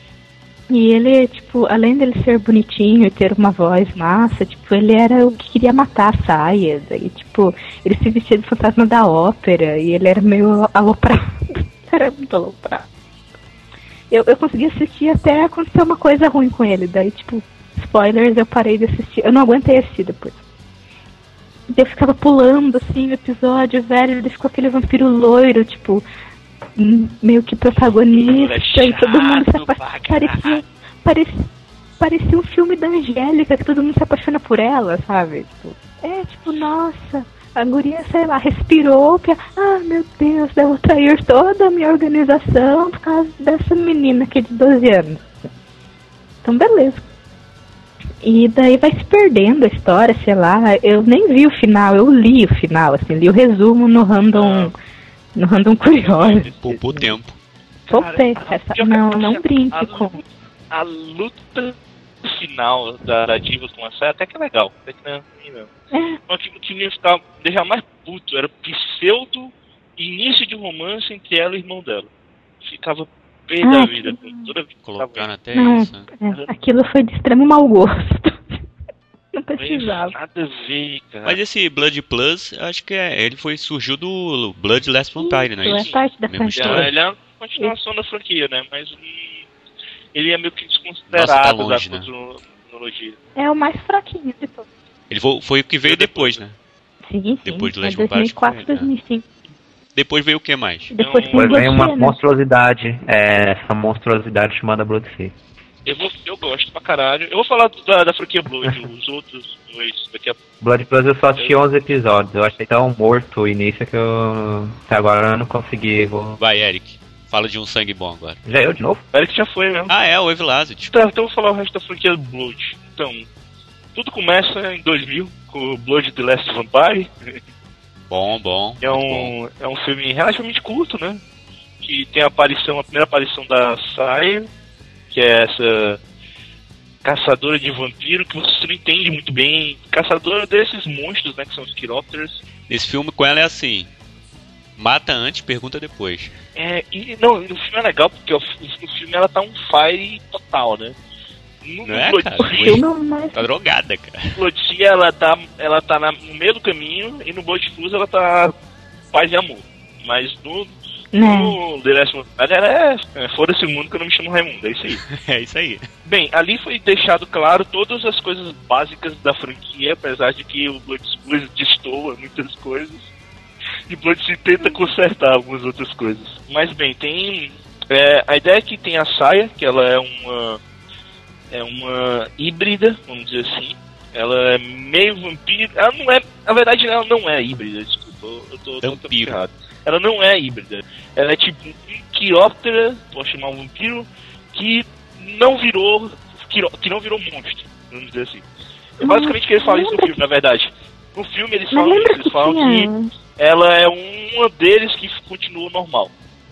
E ele, tipo, além dele ser bonitinho e ter uma voz massa, tipo, ele era o que queria matar a saia. Daí, tipo, ele se vestia de fantasma da ópera e ele era meio aloprado. Era muito aloprado. Eu, eu consegui assistir até acontecer uma coisa ruim com ele. Daí, tipo, spoilers, eu parei de assistir. Eu não aguentei assistir depois. Daí eu ficava pulando, assim, o episódio, velho. Daí ficou aquele vampiro loiro, tipo, hum, meio que protagonista. E todo mundo se Chato pra apaixona. Parecia, parecia, parecia um filme da Angélica, que todo mundo se apaixona por ela, sabe? Tipo, é, tipo, nossa, a guria, sei lá, respirou. Pia... Ah, meu Deus, devo trair toda a minha organização por causa dessa menina aqui de doze anos. Então, beleza. E daí vai se perdendo a história, sei lá. Eu nem vi o final, eu li o final, assim, li o resumo no Random, no Random Curioso. Poupou tempo. Poupei, Cara, essa, pior que não, a- não brinque a, com. a luta final da, da Diva com a saia até que é legal. Até que não é ruim, não. É, Mas o que me ficava, deixar mais puto era o pseudo início de romance entre ela e o irmão dela. Ficava pé Ah, da vida. que- com toda vez que Colocando tava- até não, isso. né? é, aquilo foi de extremo mau gosto. Não Não precisava. nada a ver, cara. Mas esse Blood Plus, acho que é, ele foi surgiu do Blood Last Vampire, né? Isso, é parte da Mesmo franquia. estilo. É, ele é uma continuação da franquia, né? Mas hum, ele é meio que Nossa, tá desconsiderado longe, da né? cronologia. É o mais fraquinho de todos. Ele foi, foi o que veio depois, né? Sim, sim. Depois do é Last Vampire, dois mil e quatro, acho que foi, dois mil e cinco. Depois veio o que mais? Depois Não, tem Depois vem uma Blood, né? monstruosidade, é, essa monstruosidade chamada Blood Sea. Eu, vou, eu gosto pra caralho. Eu vou falar da, da franquia Blood, os outros dois daqui a pouco. Blood Plus eu só assisti onze episódios, eu achei tão morto o início que eu até agora eu não consegui. Vou... Vai, Eric. Fala de um sangue bom agora. Já eu de novo? Parece que já foi mesmo. Ah, é, o Evilazid. Tá, então eu vou falar o resto da franquia Blood. Então, tudo começa em dois mil com o Blood The Last Vampire. Bom, bom. É muito bom. um, é um filme relativamente curto, né? Que tem a aparição, a primeira aparição da Saia, que é essa caçadora de vampiro que você não entende muito bem. Caçadora desses monstros, né? Que são os Chiropters. Nesse filme com ela é assim: mata antes, pergunta depois. É, e não, no filme é legal porque o, no filme ela tá um fire total, né? No, Não é, Blood cara? Sea- Eu não mais. Tá drogada, cara. no Blood Sea ela tá, ela tá na- no meio do caminho e no Blood Plus ela tá paz e amor. Mas no, Né? no The Last Vampire ela é, é foda-se o mundo que eu não me chamo Raimundo, é isso aí. É isso aí. Bem, ali foi deixado claro todas as coisas básicas da franquia, apesar de que o Blood Plus destoa muitas coisas. E Blood Sea tenta consertar algumas outras coisas. Mas bem, tem... é, a ideia é que tem a Saia, que ela é uma... É uma híbrida, vamos dizer assim. Ela é meio vampiro. Ela não é... Na verdade, ela não é híbrida, desculpa. Eu tô, tô, tô Vampiro. errado. Ela não é híbrida. Ela é tipo um quiróptera, posso chamar um vampiro, que não virou... quiró- Que não virou monstro, vamos dizer assim. É basicamente o que eles falam isso no filme, na verdade. No filme eles Mas falam isso, lembra eles que falam que tinha. ela é uma deles que continua normal.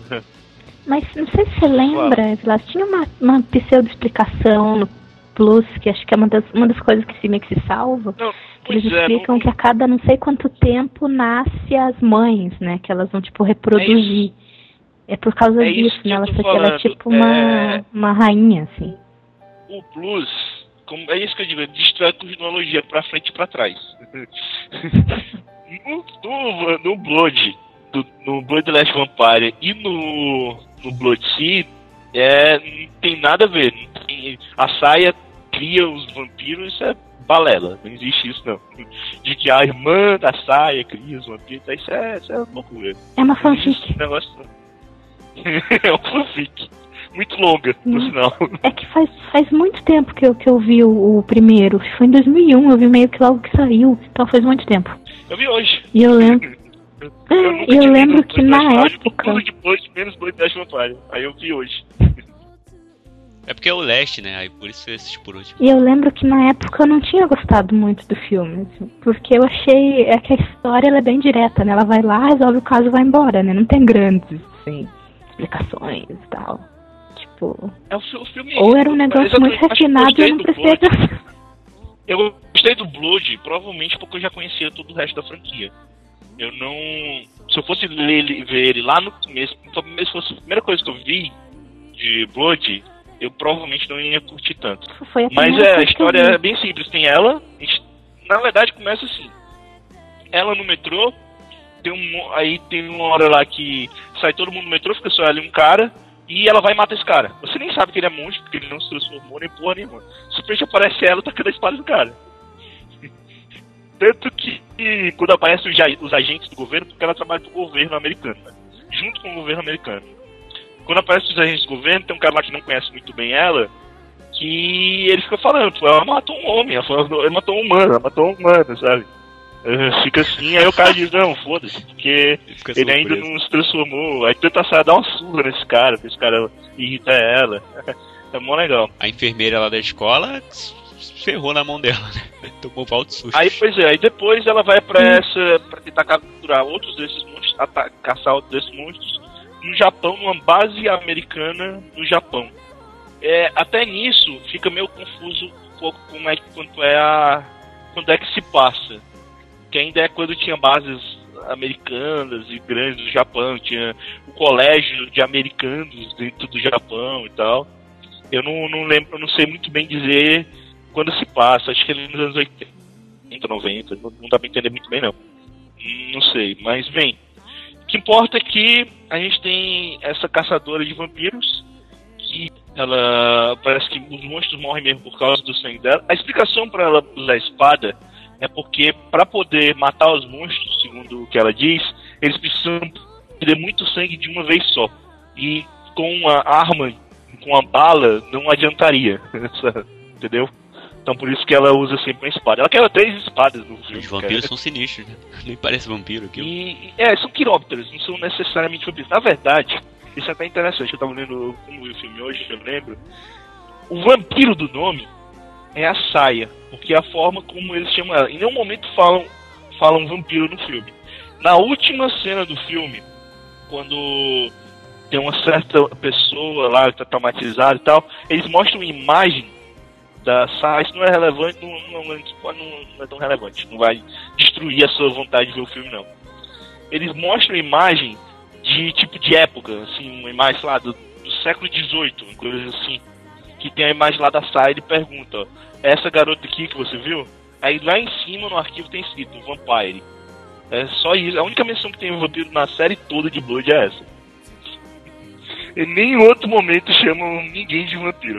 Mas não sei se você lembra, Vilas, tinha uma, uma pseudo-explicação no Plus, que acho que é uma das, uma das coisas que se meio que se salva. Não, Que eles pois é, explicam não- que a cada não sei quanto tempo nasce as mães, né? Que elas vão, tipo, reproduzir. É, por causa É isso disso, que né? eu Ela, tô porque ela é falando. tipo uma, É. uma rainha, assim. o Plus, como, é isso que eu digo, destrói a cronologia pra frente e pra trás. no, no, no Blood, do, no Blood the Last Vampire e no, no Blood Sea é, não tem nada a ver. Não tem, a saia cria os vampiros, isso é balela, não existe isso não. De que a irmã da saia cria os vampiros, isso é, isso é loucura. É uma Não existe fanfic. esse negócio não. É uma fanfic. Muito longa, por Hum. sinal. É que faz, faz muito tempo que eu, que eu vi o, o primeiro. Foi em dois mil e um, eu vi meio que logo que saiu. Então faz muito tempo. Eu vi hoje. E eu lembro. Eu, É, nunca eu tinha lembro visto que Blood na Last Vampire, época- Tudo depois, menos Blood Last Vampire. Aí eu vi hoje. É porque é o leste, né? Aí por isso você assiste por último. E eu lembro que na época eu não tinha gostado muito do filme, assim, porque eu achei é que a história ela é bem direta, né? Ela vai lá, resolve o caso e vai embora, né? Não tem grandes, assim, explicações e tal. Tipo, É o, fi- o filme. ou era um negócio muito Exatamente, acho que eu refinado e gostei eu não do prestei Blood. atenção. Eu gostei do Blood, provavelmente porque eu já conhecia todo o resto da franquia. Eu não. Se eu fosse ler, ele- ver ele lá no começo, se fosse a primeira coisa que eu vi de Blood, eu provavelmente não ia curtir tanto. Foi a Mas primeira é, a coisa que eu história é vi. bem simples. Tem ela, a gente- na verdade começa assim. Ela no metrô, tem um, aí tem uma hora lá que sai todo mundo no metrô, fica só ela e um cara, e ela vai e mata esse cara. Você nem sabe que ele é monstro, porque ele não se transformou nem porra nenhuma. Simplesmente aparece ela tacando a espada do cara. Tanto que quando aparecem os, ja- os agentes do governo, porque ela trabalha pro governo americano, né? Junto com o governo americano. Quando aparecem os agentes do governo, tem um cara lá que não conhece muito bem ela, que ele fica falando, pô, ela matou um homem, ela, falou, ela matou um humano, ela matou um humano, sabe? Uh, Fica assim, aí o cara diz, não, foda-se, porque Fica ele ainda surpreso. não se transformou. Aí tenta sair dar uma surra nesse cara, pra esse cara irrita ela. É mó legal. A enfermeira lá da escola ferrou na mão dela, né? Tomou alto susto. Aí, pois é, aí depois ela vai pra essa, pra tentar capturar outros desses monstros, ata- caçar outros desses monstros no Japão, numa base americana no Japão. É, até nisso fica meio confuso um pouco como é que quanto é a quando é que se passa, que ainda é quando tinha bases americanas e grandes do Japão, tinha o colégio de americanos dentro do Japão e tal. Eu não, não lembro, eu não sei muito bem dizer quando se passa, acho que é nos anos oitenta, noventa, não, não dá pra entender muito bem não. Não sei, mas bem, o que importa é que a gente tem essa caçadora de vampiros, que ela parece que os monstros morrem mesmo por causa do sangue dela. A explicação para ela usar a espada é porque para poder matar os monstros, segundo o que ela diz, eles precisam perder muito sangue de uma vez só. E com uma arma, com a bala, não adiantaria, entendeu? Então por isso que ela usa sempre uma espada. Ela quer três espadas no filme. Os vampiros cara. são sinistros, né? Nem parece vampiro aquilo. E, é, são quirópteros, não são necessariamente vampiros. Na verdade, isso é até interessante, eu tava lendo como vi o filme hoje, eu lembro. O vampiro do nome é a saia, porque é a forma como eles chamam ela. Em nenhum momento falam, falam vampiro no filme. Na última cena do filme, quando tem uma certa pessoa lá que tá traumatizada e tal, eles mostram uma imagem da saia. Isso não é relevante, não, não, não, não é tão relevante, não vai destruir a sua vontade de ver o filme, não. Eles mostram a imagem de tipo de época, assim, uma imagem lá do, do século dezoito, uma coisa assim, que tem a imagem lá da saia e ele pergunta, ó, essa garota aqui que você viu? Aí lá em cima no arquivo tem escrito Vampire. É só isso, a única menção que tem o vampiro na série toda de Blood é essa. E nem em outro momento chamam ninguém de vampiro.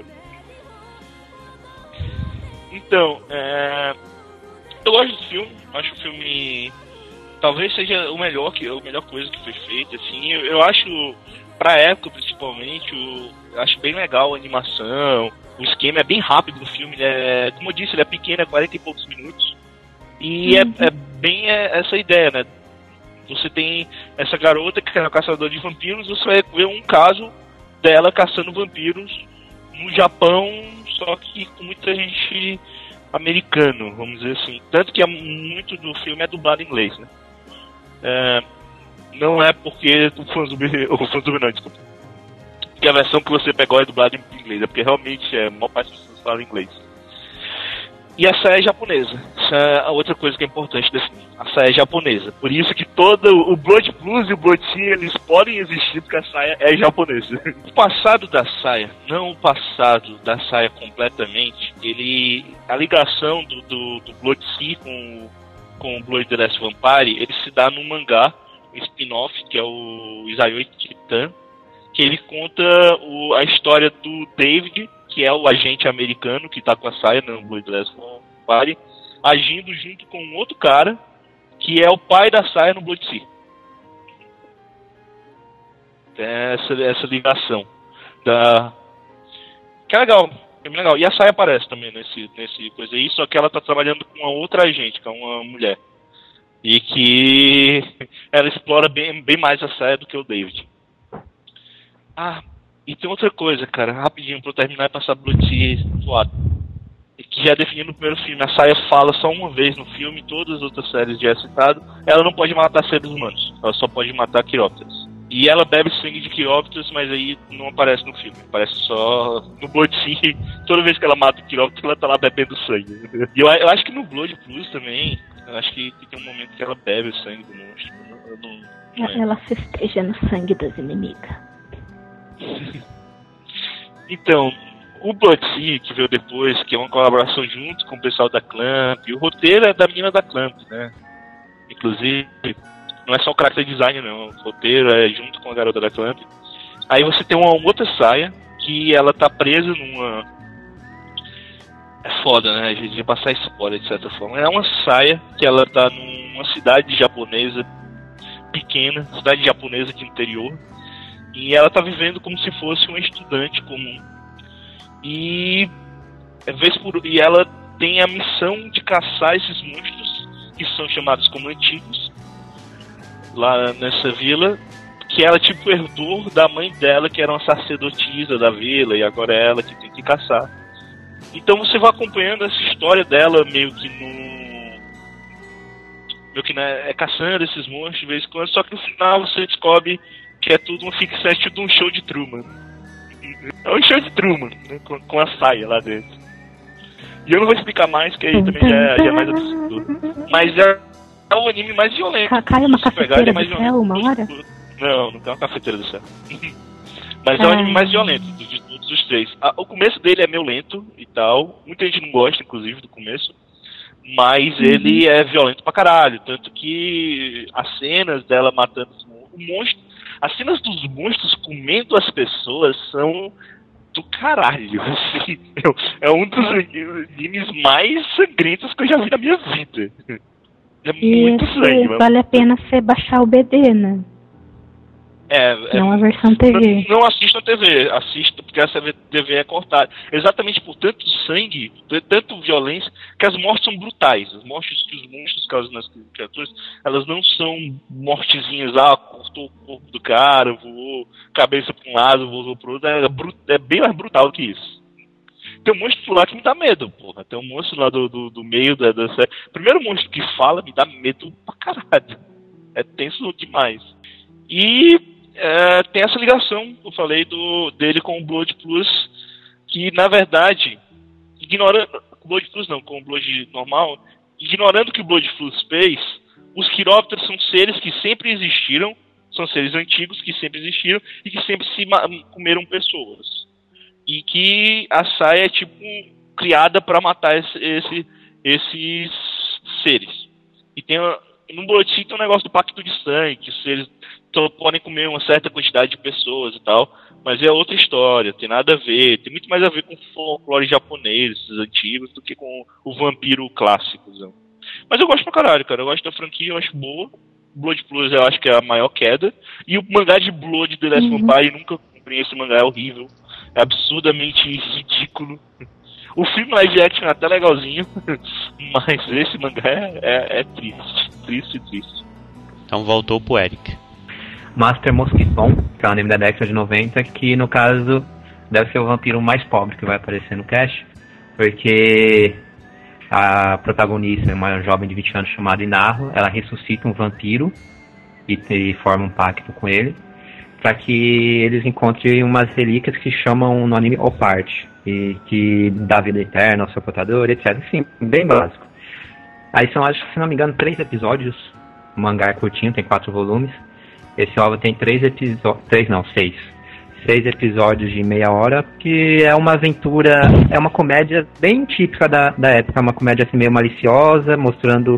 Então, é... eu gosto do filme, acho o filme talvez seja o melhor que a melhor coisa que foi feita, assim. Eu, eu acho, pra época principalmente, eu, eu acho bem legal a animação, o esquema é bem rápido no filme, é, como eu disse, ele é pequeno, é quarenta e poucos minutos. E uhum. é, é bem é, essa ideia, né? Você tem essa garota que é uma caçadora de vampiros, você vai ver um caso dela caçando vampiros no Japão, só que com muita gente americano, vamos dizer assim. Tanto que muito do filme é dublado em inglês, né? É, não é porque o fãzube, o fãzube não, desculpa. Porque a versão que você pegou é dublada em inglês, é porque realmente é, a maior parte das pessoas falam inglês. E a saia é japonesa. Essa é a outra coisa que é importante definir. A saia é japonesa. Por isso que todo o Blood Blues e o Blood Sea, eles podem existir porque a saia é japonesa. O passado da saia, não o passado da saia completamente, ele, a ligação do, do, do Blood Sea com, com o Blood the Last Vampire, ele se dá num mangá spin-off, que é o Isaiah Titã, que ele conta o, a história do David, que é o agente americano que tá com a saia no Bloodless Party, agindo junto com um outro cara, que é o pai da saia no Blood Sea. Tem essa, essa ligação. Da... Que é legal, é bem legal. E a saia aparece também nesse, nesse coisa aí, só que ela tá trabalhando com uma outra agente, que é uma mulher. E que ela explora bem, bem mais a saia do que o David. Ah, e tem outra coisa, cara, rapidinho pra eu terminar e passar Blood Sea suado. Que já é definido no primeiro filme. A saia fala só uma vez no filme, todas as outras séries já é citado. Ela não pode matar seres humanos, ela só pode matar quirópteros. E ela bebe sangue de quirópteros, mas aí não aparece no filme. Aparece só no Blood Sea. Toda vez que ela mata o quiróptero, ela tá lá bebendo sangue. E eu, eu acho que no Blood Plus também, eu acho que tem um momento que ela bebe o sangue do monstro. Eu não, não, não ela festeja no sangue das inimigas. Então, o Blood Sea, que veio depois, que é uma colaboração junto com o pessoal da Clamp, o roteiro é da menina da Clamp, né? Inclusive, não é só o character design, não. O roteiro é junto com a garota da Clamp. Aí você tem uma outra saia, que ela tá presa numa... É foda, né? A gente ia passar spoiler de certa forma. É uma saia que ela tá numa cidade japonesa pequena, cidade japonesa de interior, e ela tá vivendo como se fosse uma estudante comum. E, vez por, e ela tem a missão de caçar esses monstros, que são chamados como antigos, lá nessa vila, que ela tipo herdou da mãe dela, que era uma sacerdotisa da vila, e agora é ela que tem que caçar. Então você vai acompanhando essa história dela meio que no... meio que né, é caçando esses monstros de vez em quando, só que no final você descobre que é tudo uma ficção, é tipo um show de Truman. É um show de Truman, né, com, com a saia lá dentro. E eu não vou explicar mais, que aí também já é, já é mais absurdo. Mas é, é o anime mais violento. Cai uma cafeteira pegar, é do céu, uma hora? Não, não tem uma cafeteira do céu. Mas é o anime mais violento de todos os três. O começo dele é meio lento e tal. Muita gente não gosta, inclusive, do começo. Mas uhum. ele é violento pra caralho. Tanto que as cenas dela matando o monstro... As cenas dos monstros comendo as pessoas são do caralho. Assim, é um dos animes mais sangrentos que eu já vi na minha vida. É e muito sangue. Vale a pena você baixar o B D, né? É, não é, a versão T V. Não, não assista a T V, assista porque essa T V é cortada. Exatamente por tanto sangue, tanto violência, que as mortes são brutais. As mortes que os monstros causam nas criaturas, elas não são mortezinhas, ah, cortou o corpo do cara, voou cabeça pra um lado, voou pro outro. É, é bem mais brutal que isso. Tem um monstro lá que me dá medo, porra. Tem um monstro lá do, do, do meio da, da série. Primeiro monstro que fala me dá medo pra caralho. É tenso demais. E É, tem essa ligação que eu falei do, dele com o Blood Plus, que na verdade, ignorando o Blood Plus não, com o Blood normal, ignorando o que o Blood Plus fez, os quirópteros são seres que sempre existiram, são seres antigos que sempre existiram e que sempre se comeram pessoas. E que a saia é tipo criada para matar esse, esse, esses seres. E tem no Blood Sea tem um negócio do pacto de sangue, que os seres só podem comer uma certa quantidade de pessoas e tal, mas é outra história, tem nada a ver, tem muito mais a ver com o folclore japonês, esses antigos, do que com o vampiro clássico. Não. Mas eu gosto pra caralho, cara, eu gosto da franquia, eu acho boa. Blood Plus eu acho que é a maior queda, e o mangá de Blood The Last uhum. Vampire, nunca comprei esse mangá, é horrível, é absurdamente ridículo. O filme live action é até legalzinho, mas esse mangá é, é, é triste, triste, triste. Então voltou pro Eric. Master Mosquiton, que é um anime da década de noventa, que no caso deve ser o vampiro mais pobre que vai aparecer no cast, porque a protagonista é uma jovem de vinte anos chamada Inaru, ela ressuscita um vampiro e, e forma um pacto com ele, para que eles encontrem umas relíquias que chamam no anime Oparte, e que dá vida eterna ao seu portador, etcétera. Enfim, bem básico. Aí são, acho que se não me engano, três episódios, o mangá é curtinho, tem quatro volumes. Esse O V A tem três episódios, três não, seis. Seis episódios de meia hora, que é uma aventura, é uma comédia bem típica da, da época, uma comédia assim meio maliciosa, mostrando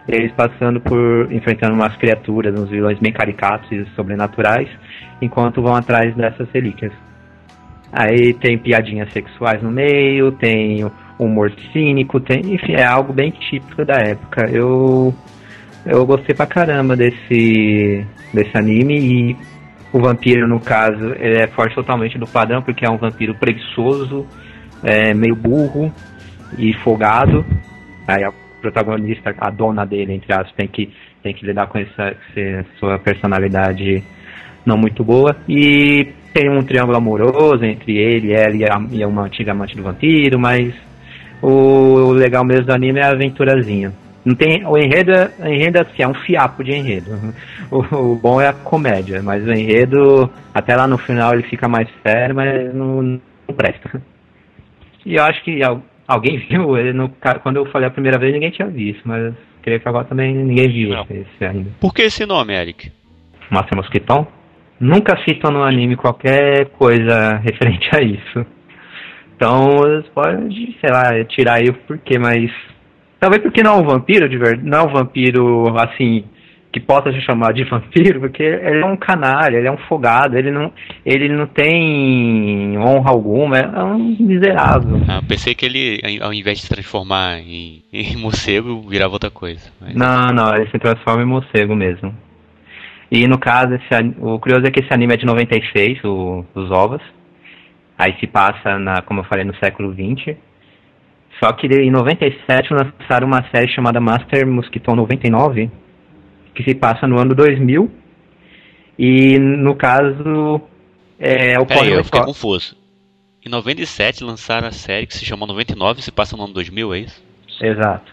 eles passando por, enfrentando umas criaturas, uns vilões bem caricatos e sobrenaturais, enquanto vão atrás dessas relíquias. Aí tem piadinhas sexuais no meio, tem humor cínico, tem, enfim, é algo bem típico da época. Eu, eu gostei pra caramba desse, desse anime, e o vampiro, no caso, ele é forte totalmente do padrão, porque é um vampiro preguiçoso, é, meio burro e folgado. Aí a protagonista, a dona dele, entre aspas, tem que, tem que lidar com essa, essa sua personalidade não muito boa. E tem um triângulo amoroso entre ele, ela e, a, e uma antiga amante do vampiro, mas o, o legal mesmo do anime é a aventurazinha. Não tem, o enredo, o enredo assim, é um fiapo de enredo. O, o bom é a comédia, mas o enredo, até lá no final ele fica mais sério, mas não, não presta. E eu acho que alguém viu, ele no, quando eu falei a primeira vez ninguém tinha visto, mas creio que agora também ninguém viu esse ainda. Por que esse nome, Eric? Master Mosquiton? Nunca citam no anime qualquer coisa referente a isso. Então, pode, sei lá, tirar aí o porquê, mas... Talvez porque não é um vampiro, de verdade, não é um vampiro, assim, que possa se chamar de vampiro, porque ele é um canalha, ele é um folgado, ele não, ele não tem honra alguma, é um miserável. Ah, pensei que ele, ao invés de se transformar em, em morcego, virava outra coisa. Mas... Não, não, ele se transforma em morcego mesmo. E no caso, esse, o curioso é que esse anime é de noventa e seis, o, os ovos. Aí se passa, na, como eu falei, no século vinte. Só que em noventa e sete lançaram uma série chamada Master Mosquiton noventa e nove, que se passa no ano dois mil. E no caso, é o Peraí, eu fiquei confuso. Em noventa e sete lançaram a série que se chama noventa e nove e se passa no ano dois mil, é isso? Exato.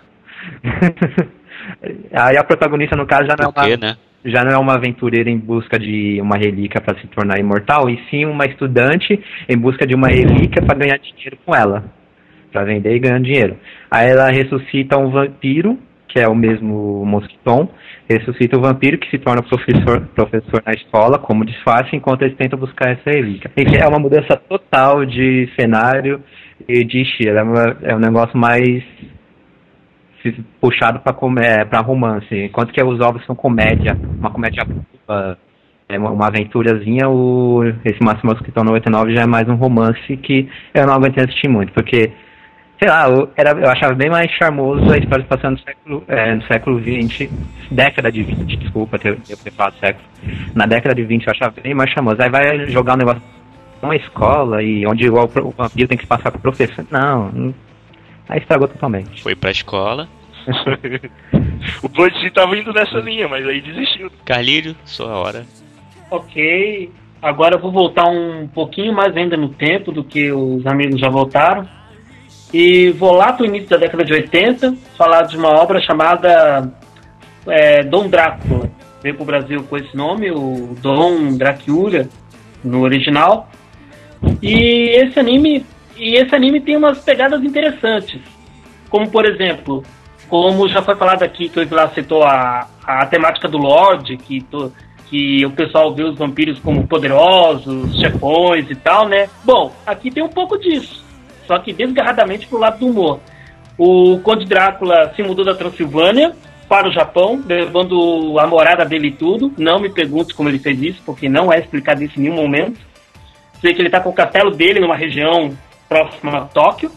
Aí a protagonista, no caso, já não é uma... Quê, né? Já não é uma aventureira em busca de uma relíquia para se tornar imortal, e sim uma estudante em busca de uma relíquia para ganhar dinheiro com ela. Para vender e ganhar dinheiro. Aí ela ressuscita um vampiro, que é o mesmo Mosquiton, ressuscita o vampiro que se torna professor, professor na escola, como disfarce, enquanto eles tentam buscar essa relíquia. Enfim, é uma mudança total de cenário e de estilo. É, uma, é um negócio mais... puxado para romance, enquanto que os ovos são comédia, uma comédia é uma aventurazinha, o, esse Master Mosquiton noventa e nove já é mais um romance que eu não aguentei assistir muito, porque, sei lá, eu, era, eu achava bem mais charmoso a história passando no século, é, no século vinte, década de vinte, desculpa ter, ter falado século, na década de vinte eu achava bem mais charmoso. Aí vai jogar um negócio numa escola, e onde o, o vampiro tem que se passar com o professor, não, não. Aí estragou totalmente. Foi pra escola. O Blood tava indo nessa linha, mas aí desistiu. Carlírio, sua hora. Ok, agora eu vou voltar um pouquinho mais ainda no tempo do que os amigos já voltaram. E vou lá pro início da década de oitenta, falar de uma obra chamada é, Dom Drácula. Veio pro Brasil com esse nome, o Dom Drácula, no original. E esse anime... E esse anime tem umas pegadas interessantes, como por exemplo, como já foi falado aqui, que o Vilar citou a, a temática do Lorde, que, to, que o pessoal vê os vampiros como poderosos, chefões e tal, né? Bom, aqui tem um pouco disso, só que desgarradamente pro lado do humor. O Conde Drácula se mudou da Transilvânia para o Japão, levando a morada dele e tudo. Não me pergunte como ele fez isso, porque não é explicado isso em nenhum momento. Sei que ele tá com o castelo dele numa região próxima a Tóquio,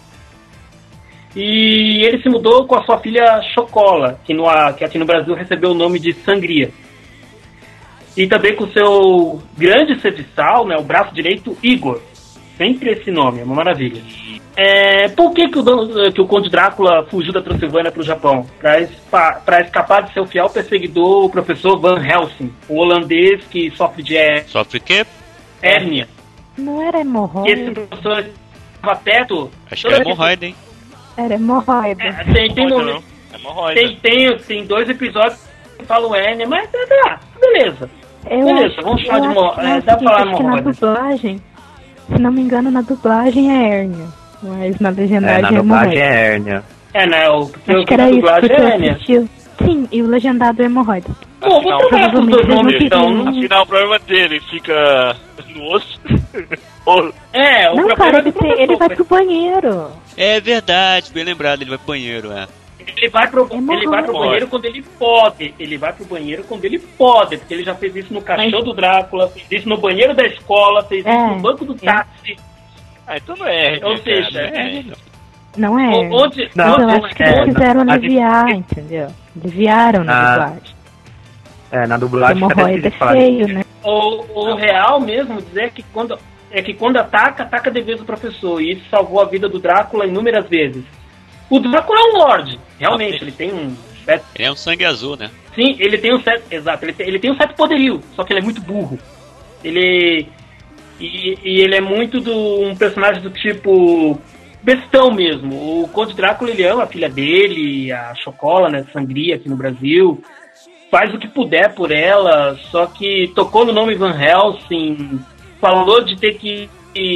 e ele se mudou com a sua filha Chocola, que, no, que aqui no Brasil recebeu o nome de Sangria, e também com o seu grande serviçal, né, o braço direito Igor, sempre esse nome, é uma maravilha. É, por que, que, o, que o Conde Drácula fugiu da Transilvânia para o Japão? Para escapar de seu fiel perseguidor, o professor Van Helsing, o holandês que sofre de é, sofre quê? hérnia. Não era hemorroida? Esse professor estava perto... Acho que era hemorroida, hein? Era hemorroida. É, tem, tem, Hemorroida, não. tem, tem, tem dois episódios que falam hérnia, mas tá, beleza. Eu beleza, acho, vamos chamar de hemorroida. É, dá pra falar acho que na dublagem, se não me engano, na dublagem é hérnia, mas na legendagem é, na é dublagem hemorroida. é hérnia. É, né? O, porque acho o que era na isso, dublagem porque é eu hérnia. assisti. Sim, e o legendado é hemorroida. Bom, vou trocar esses dois nomes então. Afinal, o problema dele fica no osso. Ou... É, o Não, problema cara, é ele, do tem, ele vai pro banheiro. É verdade, bem lembrado, ele vai pro banheiro, é. Ele vai pro, É ele vai pro Pode. banheiro quando ele pode. Ele vai pro banheiro quando ele pode, porque ele já fez isso no caixão Mas- do Drácula, fez isso no banheiro da escola, fez É. isso no banco do táxi. Ah, então não é. Ou cara, seja, não é. Não é. O- Onde, Não, Mas eu onde- acho que é, eles quiseram não. aliviar, entendeu? Aliviaram na Ah, dublagem. É, na O dublagem parece que hemorroida é eles falaram. feio, né? o, o real mesmo dizer que quando, é que quando ataca, ataca de vez o professor. E isso salvou a vida do Drácula inúmeras vezes. O Drácula é um lorde, realmente, ele tem um certo. Ele é um sangue azul, né? Sim, ele tem um certo. Exato, ele tem, ele tem um certo poderio, só que ele é muito burro. Ele. E, e ele é muito do um personagem do tipo. Bestão mesmo. O Conde Drácula, ele ama a filha dele, a Chocola, né? Sangria aqui no Brasil. Faz o que puder por ela, só que tocou no nome Van Helsing, falou de ter que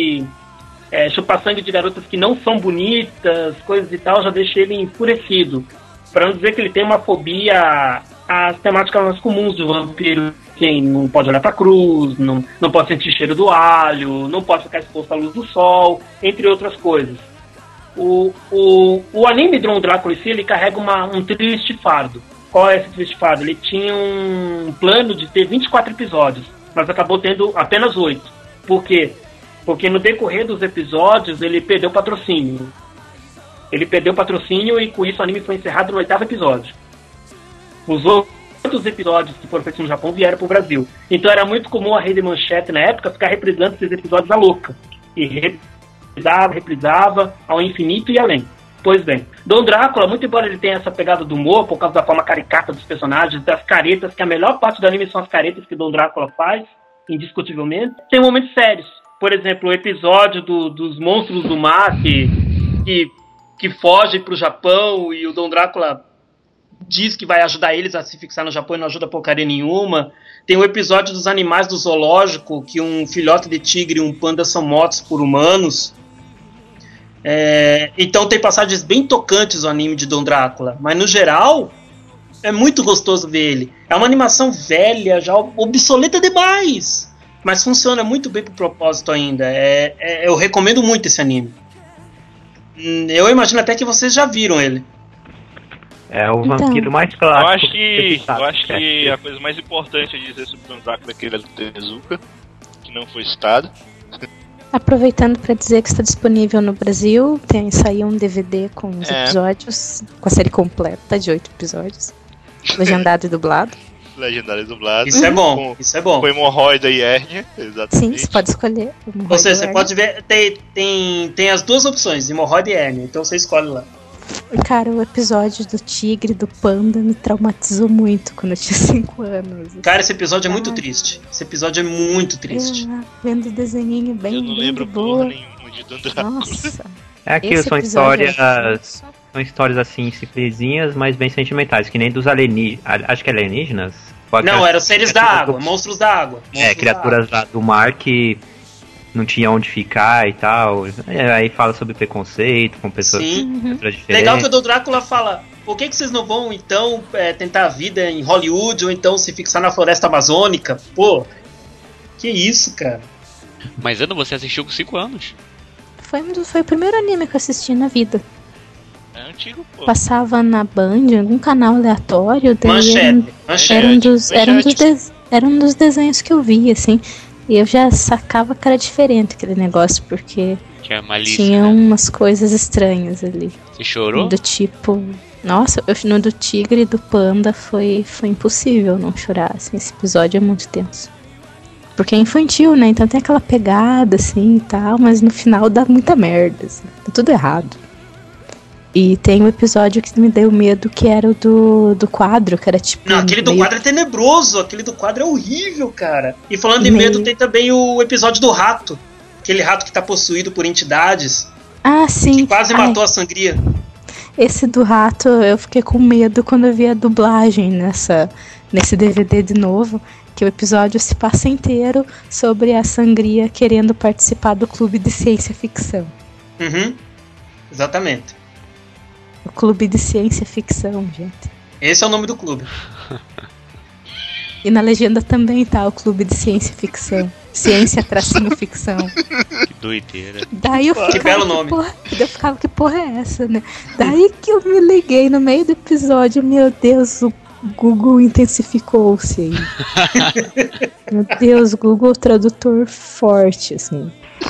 é, chupar sangue de garotas que não são bonitas, coisas e tal, já deixa ele enfurecido. Pra não dizer que ele tem uma fobia às temáticas mais comuns do vampiro. Quem não pode olhar pra cruz, não, não pode sentir cheiro do alho, não pode ficar exposto à luz do sol, entre outras coisas. O, o, o anime Dom Drácula em si, ele carrega uma, um triste fardo. Qual é esse triste fardo? Ele tinha um plano de ter vinte e quatro episódios, mas acabou tendo apenas oito. Por quê? Porque no decorrer dos episódios ele perdeu o patrocínio. Ele perdeu o patrocínio e com isso o anime foi encerrado no oitavo episódio. Os outros episódios que foram feitos no Japão vieram pro Brasil. Então era muito comum a Rede Manchete na época ficar reprisando esses episódios à louca. E reprisava, reprisava ao infinito e além. Pois bem, Dom Drácula, muito embora ele tenha essa pegada do humor, por causa da forma caricata dos personagens, das caretas, que a melhor parte do anime são as caretas que Dom Drácula faz, indiscutivelmente, tem momentos sérios. Por exemplo, o episódio do, dos monstros do mar que, que, que fogem pro Japão e o Dom Drácula diz que vai ajudar eles a se fixar no Japão e não ajuda porcaria nenhuma. Tem o episódio dos animais do zoológico, que um filhote de tigre e um panda são mortos por humanos. É, então tem passagens bem tocantes no anime de Dom Drácula, mas no geral é muito gostoso ver ele. É uma animação velha, já obsoleta demais, mas funciona muito bem pro propósito ainda. É, é, eu recomendo muito esse anime. Eu imagino até que vocês já viram ele. É o Então. vampiro mais Eu clássico. acho que, você sabe, eu acho que é. a coisa mais importante a dizer sobre o Dom Drácula é que ele é do Tezuka, que não foi citado. Aproveitando para dizer que está disponível no Brasil, tem saiu um D V D com os É. episódios, com a série completa de oito episódios, legendado e dublado. Legendário dublado. Isso é bom, Com, isso é bom. com hemorroida e hérnia, Sim, exatamente. você pode escolher. Ou seja, você pode ver, tem, tem, tem as duas opções, hemorroida e hérnia, então você escolhe lá. Cara, o episódio do tigre, do panda, me traumatizou muito quando eu tinha cinco anos. Cara, esse episódio é muito Ah. triste. Esse episódio é muito triste. Eu, vendo o desenhinho bem, Eu não bem lembro de porra boa. nenhuma de Dom Drácula. Nossa. É aquilo, Esse são episódio histórias. é- São histórias assim, simplesinhas, mas bem sentimentais, que nem dos alienígenas. Acho que é alienígenas? Ou Não, aquelas- eram seres da água, monstros da água. É, monstros criaturas lá do mar que não tinha onde ficar e tal. É, aí fala sobre preconceito com da pessoas, água. Sim. Uhum. pessoas diferentes. Legal que o Dom Drácula fala, por que, que vocês não vão, então, é, tentar a vida em Hollywood ou então se fixar na floresta amazônica? Pô, que isso, cara. Mas Ana, você assistiu com cinco anos. Foi, um do- foi o primeiro anime que eu assisti na vida. É antigo, pô. Passava na Band, em algum canal aleatório. daí era um- Manchete, manchete. Era um dos, era um dos, Manchete. des- era um dos desenhos que eu via, assim. E eu já sacava que era diferente aquele negócio, porque Que é malícia. tinha Né? umas coisas estranhas ali. Você chorou? Do tipo. Nossa, eu, no do tigre e do panda foi, foi impossível não chorar. Assim, esse episódio é muito tenso. Porque é infantil, né? Então tem aquela pegada assim e tal, mas no final dá muita merda. Assim, tá tudo errado. E tem um episódio que me deu medo, que era o do, do quadro, que era tipo. Não, aquele do meio- quadro é tenebroso, aquele do quadro é horrível, cara. E falando de Meio- medo, tem também o episódio do rato. Aquele rato que tá possuído por entidades, Ah, sim. que quase Ai, matou a sangria. Esse do rato, eu fiquei com medo quando eu vi a dublagem nessa, nesse D V D de novo, que o episódio se passa inteiro sobre a sangria querendo participar do clube de ciência ficção. Uhum, exatamente. O clube de ciência ficção, gente. Esse é o nome do clube. E na legenda também tá o clube de ciência ficção. Ciência tracinho ficção. Que doideira. Daí eu ficava, Que belo que nome. porra, eu ficava, que porra é essa, né? Daí que eu me liguei no meio do episódio, meu Deus, o Google intensificou-se aí. Meu Deus, Google Tradutor forte, assim.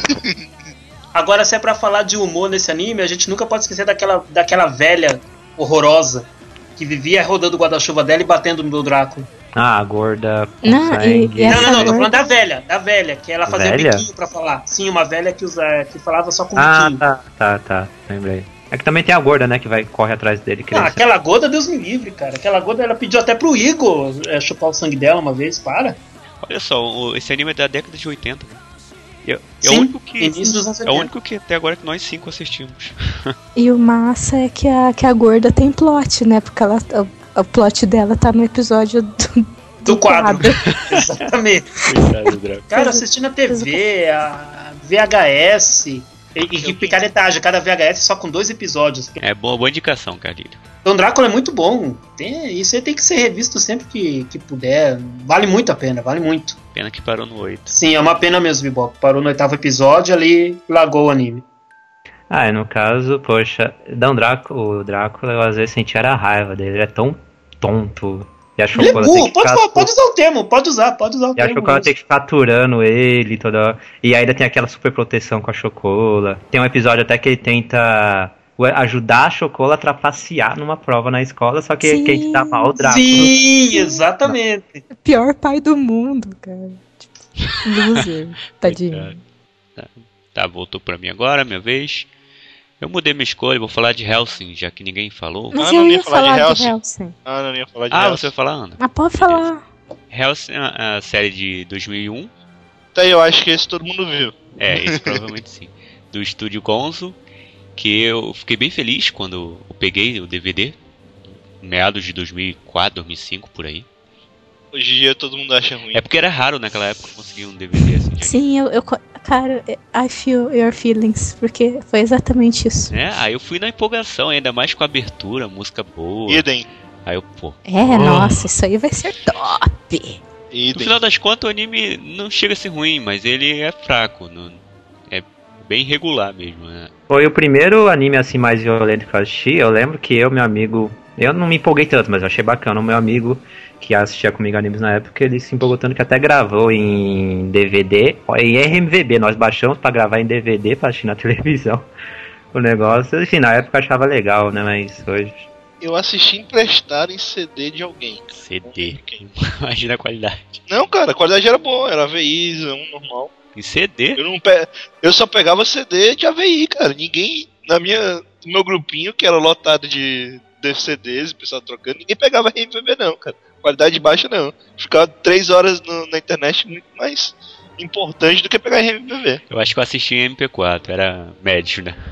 Agora, se é pra falar de humor nesse anime, a gente nunca pode esquecer daquela, daquela velha horrorosa que vivia rodando o guarda-chuva dela e batendo no Drácula. Ah, a gorda com Não, sangue. e- e Não, não, não, tô gorda- falando da velha, da velha, que ela fazia Velha? biquinho pra falar. Sim, uma velha que, usa, que falava só com Ah, biquinho. tá, tá, tá. Lembrei. É que também tem a gorda, né? Que vai, corre atrás dele. Ah, querendo ser- aquela gorda, Deus me livre, cara. Aquela gorda, ela pediu até pro Igor é, chupar o sangue dela uma vez, para. Olha só, o- esse anime é da década de oitenta. Né? E É, é Sim, o único que. início dos anos É o oitenta. único que até agora que nós cinco assistimos. E o massa é que a, que a gorda tem plot, né? Porque ela, o, o plot dela tá no episódio do, Do quadro. Exatamente. Coitado do Draco. Cara, assistindo a T V, a V H S. E, e que picaretagem, cada V H S só com dois episódios. É boa, boa indicação, Carlinhos. Então Drácula é muito bom. Tem, isso aí tem que ser revisto sempre que, que puder. Vale muito a pena, vale muito. Pena que parou no oito. Sim, é uma pena mesmo, Bebop. Parou no oitavo episódio, ali largou o anime. Ah, e no caso, poxa, Dão Draco, o Drácula, eu às vezes sentia a raiva dele. Ele é tão tonto. E a Ele é Chocola tem burro, que pode, ficar... falar- pode usar o termo, pode usar, pode usar o E a termo. Chocola mesmo. tem que ficar aturando ele toda hora. E ainda tem aquela super proteção com a Chocola. Tem um episódio até que ele tenta ajudar a Chocola a trapacear numa prova na escola, só que Sim. quem se dá mal é o Drácula. Sim, exatamente. Pior pai do mundo, cara. Tipo, loser, tadinho. Tá, tá, voltou pra mim agora, minha vez. Eu mudei minha escolha, vou falar de Hellsing, já que ninguém falou. Mas Ah, eu não ia ia falar de falar de Hellsing. Hellsing. Ah, não ia falar de Ah, Hellsing. você vai falar, Ana? Mas pode falar. Hellsing é a a série de dois mil e um. Tá, eu acho que esse todo mundo viu. É, esse provavelmente sim. Do estúdio Gonzo, que eu fiquei bem feliz quando eu peguei o D V D. Meados de dois mil e quatro, dois mil e cinco, por aí. Hoje em dia todo mundo acha ruim. É porque era raro naquela época conseguir um D V D assim de anime. Sim, eu, eu. co- Cara, I feel your feelings. Porque foi exatamente isso. É, aí eu fui na empolgação, ainda mais com a abertura, música boa. Idem. Aí eu, pô. É, nossa, isso aí vai ser top. No Idem. final das contas, o anime não chega a ser ruim, mas ele é fraco. Não, é bem regular mesmo, né? Foi o primeiro anime assim mais violento que eu assisti. Eu lembro que eu, meu amigo, eu não me empolguei tanto, mas eu achei bacana. O meu amigo que assistia comigo animes na época, ele se empolgou tanto que até gravou em D V D, ó, em R M V B. Nós baixamos pra gravar em D V D pra assistir na televisão. O negócio, assim, na época eu achava legal, né? Mas hoje. Eu assisti emprestado em C D de alguém. C D. Imagina a qualidade. Não, cara, a qualidade era boa, era A V I, um normal. Em C D? Eu, não pe... eu só pegava C D de A V I, cara. Ninguém, na minha, no meu grupinho, que era lotado de, de C Ds, o pessoal trocando, ninguém pegava R M V B não, cara. Qualidade baixa não. Ficava três horas no, na internet muito mais importante do que pegar R M V B. Eu acho que eu assisti em M P quatro, era médio, né?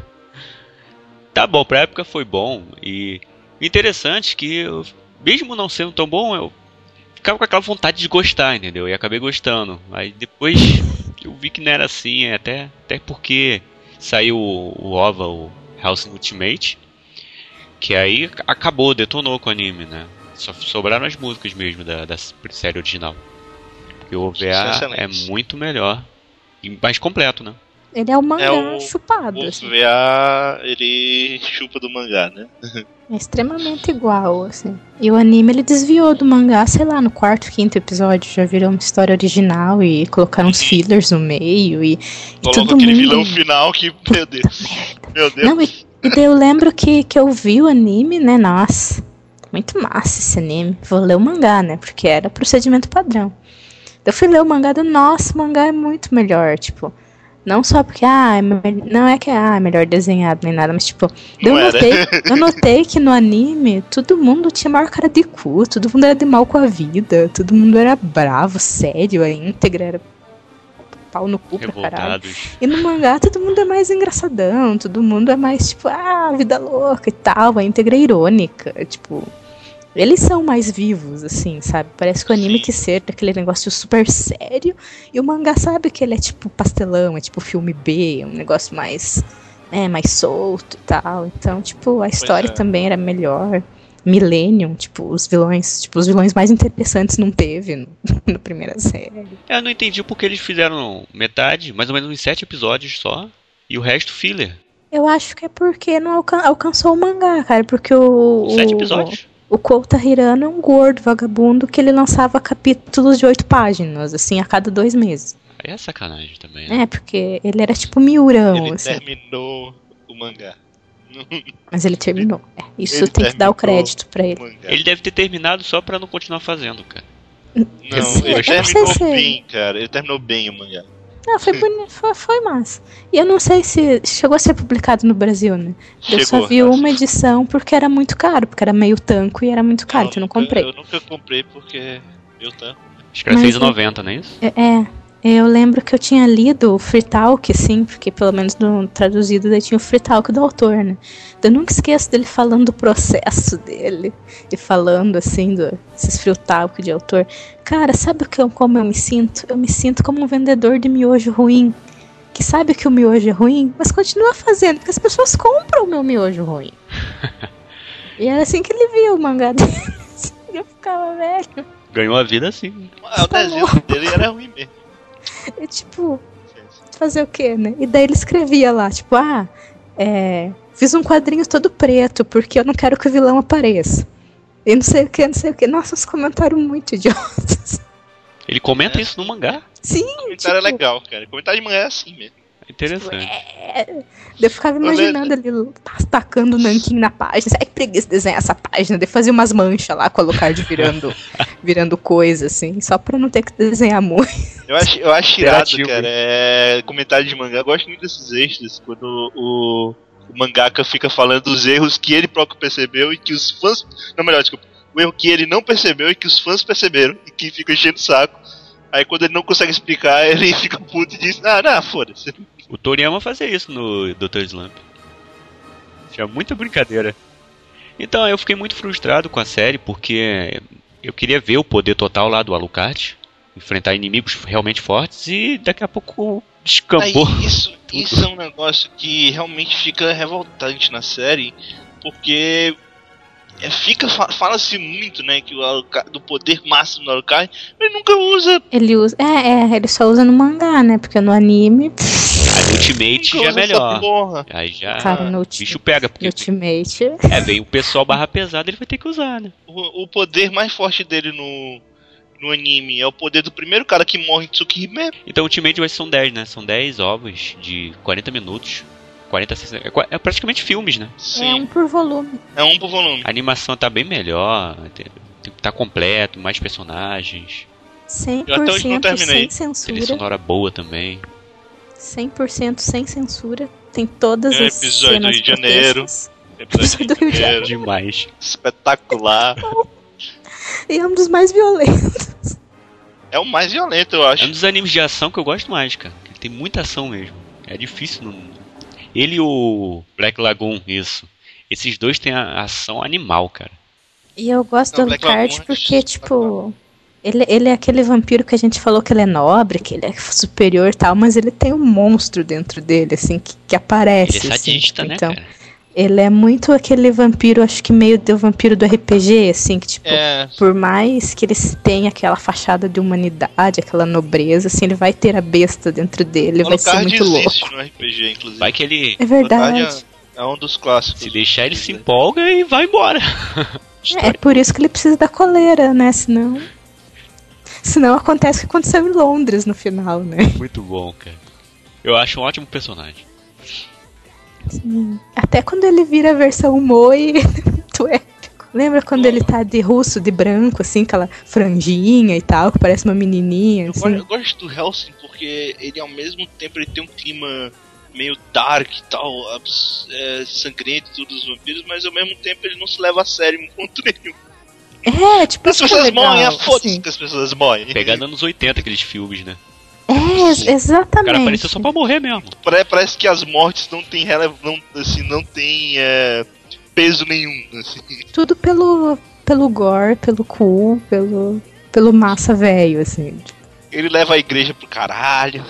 Tá bom, pra época foi bom. E interessante que, eu, mesmo não sendo tão bom, eu ficava com aquela vontade de gostar, entendeu? E acabei gostando. Aí depois eu vi que não era assim, até, até porque saiu o, o OVA, o Hellsing Ultimate, que aí acabou, detonou com o anime, né? Só sobraram as músicas mesmo da, da série original. Porque o O V A é muito melhor e mais completo, né? Ele é o mangá É o- chupado. O Assim. V A, ele chupa do mangá, né? É extremamente igual, assim. E o anime ele desviou do mangá, sei lá, no quarto, quinto episódio. Já virou uma história original e colocaram uns fillers no meio e, e Colocou todo aquele mundo... vilão final que, meu Deus. Meu Deus. Não, e, e daí eu lembro que, que eu vi o anime, né? Nossa, muito massa esse anime. Vou ler o mangá, né? Porque era procedimento padrão. Eu fui ler o mangá do nossa, o mangá é muito melhor, tipo... Não só porque, ah, é me- não é que ah, é melhor desenhado nem nada, mas tipo, eu Não era. notei, eu notei que no anime todo mundo tinha maior cara de cu, todo mundo era de mal com a vida, todo mundo era bravo, sério, a íntegra era pau no cu pra caralho. Revoltados. E no mangá todo mundo é mais engraçadão, todo mundo é mais tipo, ah, vida louca e tal, a íntegra é irônica, tipo... Eles são mais vivos, assim, sabe? Parece que o anime Sim. quis ser daquele negócio super sério. E o mangá sabe que ele é tipo pastelão, é tipo filme B, um negócio mais, né, mais solto e tal. Então, tipo, a história é. também era melhor. Millennium, tipo, os vilões, tipo, os vilões mais interessantes não teve no, na primeira série. É, eu não entendi porque eles fizeram metade, mais ou menos uns sete episódios só, e o resto filler. Eu acho que é porque não alcan- alcançou o mangá, cara, porque o... Sete o- episódios. O Kouta Hirano é um gordo vagabundo que ele lançava capítulos de oito páginas, assim, a cada dois meses. Aí é sacanagem também, né? É, porque ele era tipo miurão, Ele assim. terminou o mangá. Mas ele terminou. É, isso Ele tem que dar o terminou crédito pra ele. o mangá. Ele deve ter terminado só pra não continuar fazendo, cara. Não, Sim, ele eu não sei terminou se- bem, cara. Ele terminou bem o mangá. Não, foi bonito, foi, foi massa. E eu não sei se chegou a ser publicado no Brasil, né? Eu só Chegou, vi tá? uma edição porque era muito caro, porque era meio tanco e era muito caro, então eu não nunca- comprei. Eu nunca comprei porque eu tanto. Acho que era Mas seis e eu- noventa, não é isso? É, é, eu lembro que eu tinha lido o Free Talk, sim, porque pelo menos no traduzido daí tinha o Free Talk do autor, né? Eu nunca esqueço dele falando do processo dele e falando assim do esses Free Talk de autor. Cara, sabe o que eu, como eu me sinto? Eu me sinto como um vendedor de miojo ruim, que sabe que o miojo é ruim, mas continua fazendo, porque as pessoas compram o meu miojo ruim. E era assim que ele via o mangá dele. E eu ficava, velho. Ganhou a vida assim. Ah, o Tá desenho dele era ruim mesmo. É tipo, fazer o quê, né? E daí ele escrevia lá, tipo, ah, é, fiz um quadrinho todo preto, porque eu não quero que o vilão apareça. E não sei o que, não sei o que. Nossa, uns comentários muito idiotas. Ele comenta É. isso no mangá. Sim, O comentário é tipo, legal, cara. O comentário de mangá é assim mesmo. Interessante. é... Eu ficava imaginando ele tacando o nanquim na página. Ai, que preguiça de desenhar essa página. Daí fazia umas manchas lá com a Alucard virando, virando coisa, assim, só pra não ter que desenhar muito. Eu acho, eu acho irado, Interativo, cara. É comentário de mangá. Eu gosto muito desses extras. Quando o, o mangaka fica falando dos erros que ele próprio percebeu e que os fãs. Não, melhor, desculpa. O erro que ele não percebeu e que os fãs perceberam e que fica enchendo o saco. Aí quando ele não consegue explicar, ele fica puto e diz: Ah, não, foda-se. O Toriyama fazia isso no doutor Slump. Tinha muita brincadeira. Então eu fiquei muito frustrado com a série porque eu queria ver o poder total lá do Alucard, enfrentar inimigos realmente fortes e daqui a pouco descampou. Aí, isso, isso é um negócio que realmente fica revoltante na série, porque é, fica fa- fala-se muito, né, que o Alucard, do poder máximo do Alucard, ele nunca usa. Ele usa. É, é, ele só usa no mangá, né? Porque no anime. Aí no Ultimate nunca já é usa essa melhor. porra. Aí já Cara, no o ulti- bicho pega, porque Ultimate. é, vem o pessoal barra pesada, ele vai ter que usar, né? O, o poder mais forte dele no, no anime é o poder do primeiro cara que morre em Tsukihime. Então o Ultimate vai ser são dez, né? São dez ovos de quarenta minutos. quarenta, sessenta, é qua- é praticamente filmes, né? Sim, É um por volume. é um por volume. A animação tá bem melhor, tem- tem- tá completo, mais personagens, cem Eu até por hoje não cento terminei. sem trilha censura. sonora boa também. cem por cento sem censura. Tem todas Tem um as episódio cenas do Rio de Janeiro. grotescas. Episódio do Rio de inteiro, Demais. espetacular. E é um dos mais violentos. É o mais violento, eu É um acho. dos animes de ação que eu gosto mais, cara. Ele tem muita ação mesmo. É difícil não. Ele e o Black Lagoon, isso. Esses dois têm a ação animal, cara. E eu gosto Não, do Black Alucard Lagoon é porque, tipo... Ele, ele é aquele vampiro que a gente falou que ele é nobre, que ele é superior e tal, mas ele tem um monstro dentro dele, assim, que, que aparece. Ele é assim, sadista, tipo, né, então, cara? ele é muito aquele vampiro, acho que meio do vampiro do R P G, assim, que, tipo, É, por mais que ele tenha aquela fachada de humanidade, aquela nobreza, assim, ele vai ter a besta dentro dele, o vai ser Alucard muito existe louco. no R P G, inclusive. Vai que ele. É O Alucard verdade. é, é um dos clássicos. Se deixar, ele se empolga e vai embora. É, é por isso que ele precisa da coleira, né? Senão. Senão acontece o que aconteceu em Londres no final, né? Muito bom, cara. Eu acho um ótimo personagem. Sim. Até quando ele vira a versão Moe, é muito épico. Lembra quando ele tá de russo, de branco, assim, aquela franjinha e tal, que parece uma menininha, Eu, assim. gosto, eu gosto do Hellsing porque ele, ao mesmo tempo, ele tem um clima meio dark e tal, abs- é, sangrento e tudo dos vampiros, mas ao mesmo tempo ele não se leva a sério em ponto nenhum. É, tipo, As isso que é pessoas legal, morrem, é foda-se assim. que as pessoas morrem. Pegando anos oitenta, aqueles filmes, né? É, ex- O cara exatamente. apareceu só pra morrer mesmo. Pare- Parece que as mortes não tem rele... não, assim, não tem é, peso nenhum. Assim. Tudo pelo, pelo gore, pelo cool, pelo, pelo massa velho, assim. Ele leva a igreja pro caralho.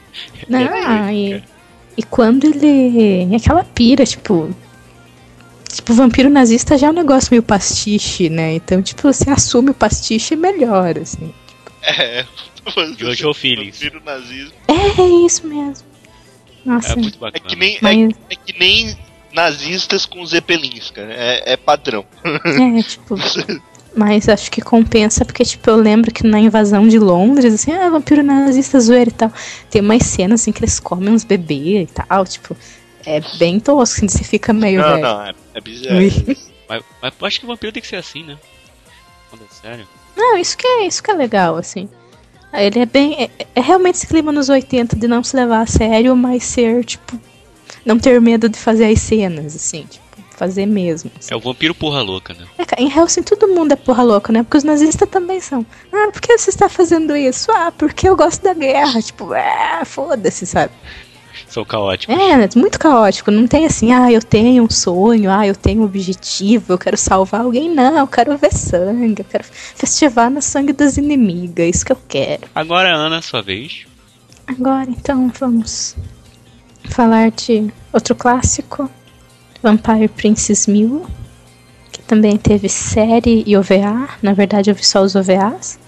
Não, e, e quando ele. Aquela pira, tipo. tipo, vampiro nazista já é um negócio meio pastiche, né? Então, tipo, você assume o pastiche melhor, assim. É, Jojo Feelings. Vampiro nazismo. É, é isso mesmo. Nossa. É muito É bacana. que nem, Mas- é, é que nem nazistas com zeppelins, cara. É, é padrão. É, tipo... Mas acho que compensa, porque, tipo, eu lembro que na invasão de Londres, assim, ah, vampiro nazista, zoeira e tal. Tem umas cenas, assim, que eles comem uns bebês e tal, tipo... É bem tosco, assim, você fica meio... Não, velho. não, é, é bizarro. Ui. Mas, mas eu acho que o vampiro tem que ser assim, né? Falando sério. Não, isso que, é, isso que é legal, assim. Ele é bem... É, é realmente esse clima nos oitenta de não se levar a sério, mas ser, tipo... Não ter medo de fazer as cenas, assim, tipo... Fazer mesmo. Assim. É o vampiro porra louca, né? É, cara, em Hellsing todo mundo é porra louca, né? Porque os nazistas também são. Ah, por que você está fazendo isso? Ah, porque eu gosto da guerra. Tipo, é, foda-se, sabe? Sou caótico. É, é muito caótico. Não tem assim, ah, eu tenho um sonho, ah, eu tenho um objetivo, eu quero salvar alguém. Não, eu quero ver sangue, eu quero festivar no sangue das inimigas, é isso que eu quero. Agora, Ana, sua vez. Agora, então, vamos falar de outro clássico. Vampire Princess Mil, que também teve série e O V A. Na verdade eu vi só os O V As.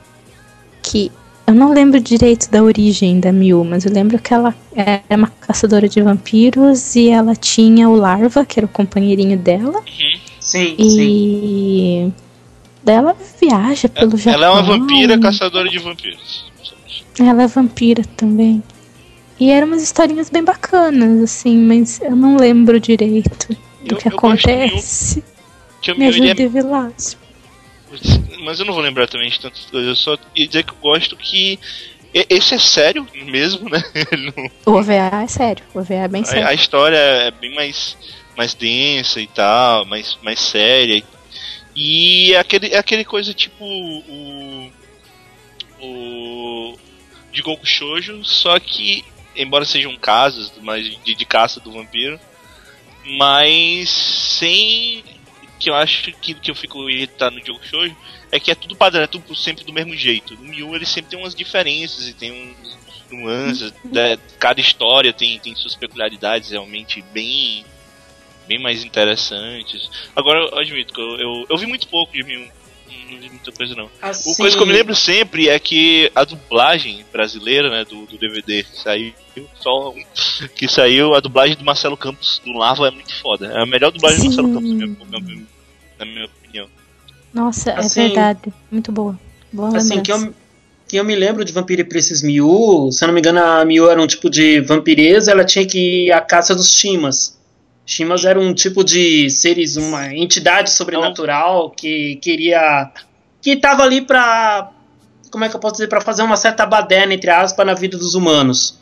Que eu não lembro direito da origem da Mil, mas eu lembro que ela era uma caçadora de vampiros e ela tinha o Larva, que era o companheirinho dela. Sim, sim. E daí ela viaja pelo Japão. Ela é uma vampira caçadora de vampiros. Ela é vampira também. E eram umas historinhas bem bacanas, assim, mas eu não lembro direito do Eu- que eu gosto acontece. Que eu Me me ajude, Vilásio. Mas eu não vou lembrar também de tantas coisas. Eu só ia dizer que eu gosto que. e- Esse é sério mesmo, né? Ele não- O O V A é sério, o O V A é bem A, sério. a história é bem mais, mais densa e tal, mais, mais séria. E é aquele, é aquele coisa tipo o. O. De Goku Shoujo, só que, embora sejam casos mais de, de caça do vampiro, mas sem. Que eu acho que que eu fico irritado no Goku Shoujo é que é tudo padrão, é tudo sempre do mesmo jeito. No Miu ele sempre tem umas diferenças e tem uns nuances, né? Cada história tem, tem suas peculiaridades realmente bem, bem mais interessantes. Agora eu admito que eu, eu, eu vi muito pouco de Miu, não vi muita coisa não. Assim, Uma coisa que eu me lembro sempre é que a dublagem brasileira, né, do, do D V D que saiu, só um, que saiu, a dublagem do Marcelo Campos do Lava é muito foda. É a melhor dublagem Sim. do Marcelo Campos, na minha, na minha opinião. Nossa, Assim, é verdade. Muito boa. Boa Assim, que lembrança. eu, que eu me lembro de Vampire Princess Miu, se eu não me engano, a Miu era um tipo de vampireza, ela tinha que ir à caça dos Shimas. Shimas era um tipo de seres, uma entidade sobrenatural que queria. Que estava ali pra. Como é que eu posso dizer? Pra fazer uma certa baderna, entre aspas, na vida dos humanos.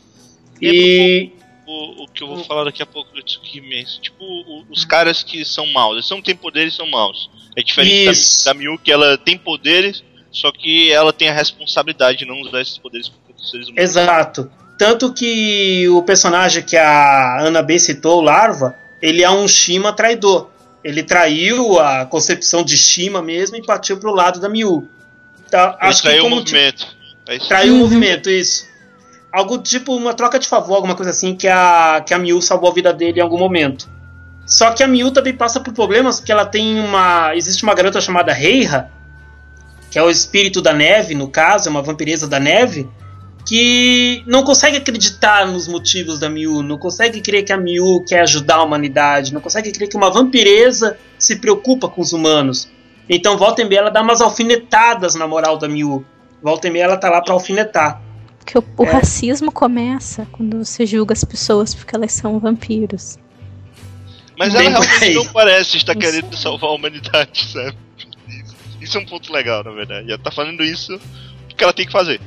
E. O, o que eu vou falar daqui a pouco do Tsukimi, tipo, o- os caras que são maus, eles não têm poderes, são maus. É diferente Isso. da, da Miu, que ela tem poderes, só que ela tem a responsabilidade de não usar esses poderes contra os seres humanos. Exato. Tanto que o personagem que a Ana B citou, o Larva, ele é um Shima traidor. Ele traiu a concepção de Shima mesmo e partiu pro lado da Miu. Tá, Ele acho que traiu o como movimento. É isso. Traiu o movimento, isso. Algo tipo uma troca de favor, alguma coisa assim, que a, que a Miu salvou a vida dele em algum momento. Só que a Miu também passa por problemas, porque ela tem uma... Existe uma garota chamada Reiha, que é o espírito da neve, no caso, é uma vampireza da neve, que não consegue acreditar nos motivos da Miu, não consegue crer que a Miu quer ajudar a humanidade, não consegue crer que uma vampireza se preocupa com os humanos. Então, volta e meia, ela dá umas alfinetadas na moral da Miu. Volta e meia, ela tá lá pra alfinetar. Porque o, o É. racismo começa quando você julga as pessoas porque elas são vampiros. Mas Bem ela por realmente aí. não parece estar Isso. querendo salvar a humanidade, sabe? Isso, isso é um ponto legal, na verdade. Ela tá fazendo isso porque ela tem que fazer.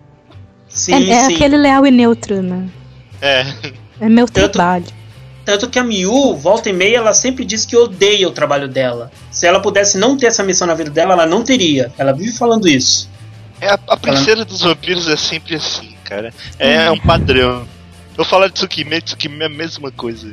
Sim, é é sim. aquele leal e neutro, né? É. É meu Tanto- trabalho. Tanto que a Miu, volta e meia, ela sempre diz que odeia o trabalho dela. Se ela pudesse não ter essa missão na vida dela, ela não teria. Ela vive falando isso. É, a, a princesa dos vampiros é sempre assim, cara. É, um padrão. Eu falo de Tsukime, Tsukime é a mesma coisa.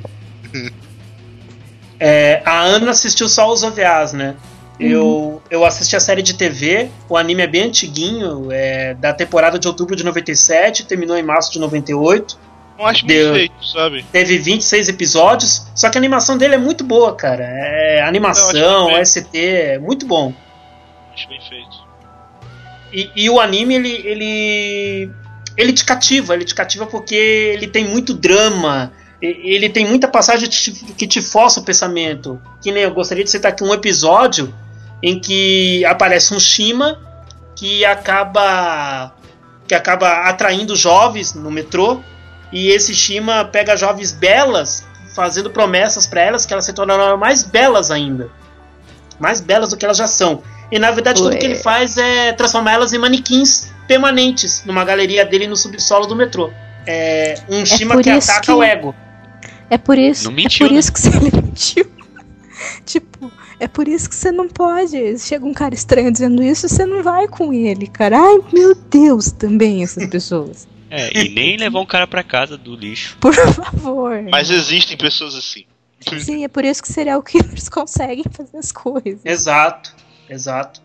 É, a Ana assistiu só os O V As, né? Eu, eu assisti a série de T V, o anime é bem antiguinho, é da temporada de outubro de noventa e sete, terminou em março de noventa e oito. Não acho Deu. muito feito, sabe? Teve vinte e seis episódios, só que a animação dele é muito boa, cara. É animação, Eu acho S T, é muito bom. Acho bem feito. E, e o anime, ele, ele. Ele te cativa, ele te cativa porque ele tem muito drama. e- Ele tem muita passagem que te, que te força o pensamento. Que nem eu gostaria de citar aqui um episódio em que aparece um Shima que acaba. que acaba atraindo jovens no metrô. E esse Shima pega jovens belas, fazendo promessas pra elas que elas se tornarão mais belas ainda. Mais belas do que elas já são. E na verdade tudo Ué. que ele faz é transformar elas em manequins permanentes numa galeria dele no subsolo do metrô. É um Shima por que isso ataca que- o ego. É por isso, Não mentiu, é por né? isso que você mentiu. Tipo, é por isso que você não pode. Chega um cara estranho dizendo isso, você não vai com ele, cara. Ai, meu Deus, também essas pessoas. É, e nem levar um cara pra casa do lixo. Por favor. Mas existem pessoas assim. Sim, é por isso que serial killers conseguem fazer as coisas. Exato, exato.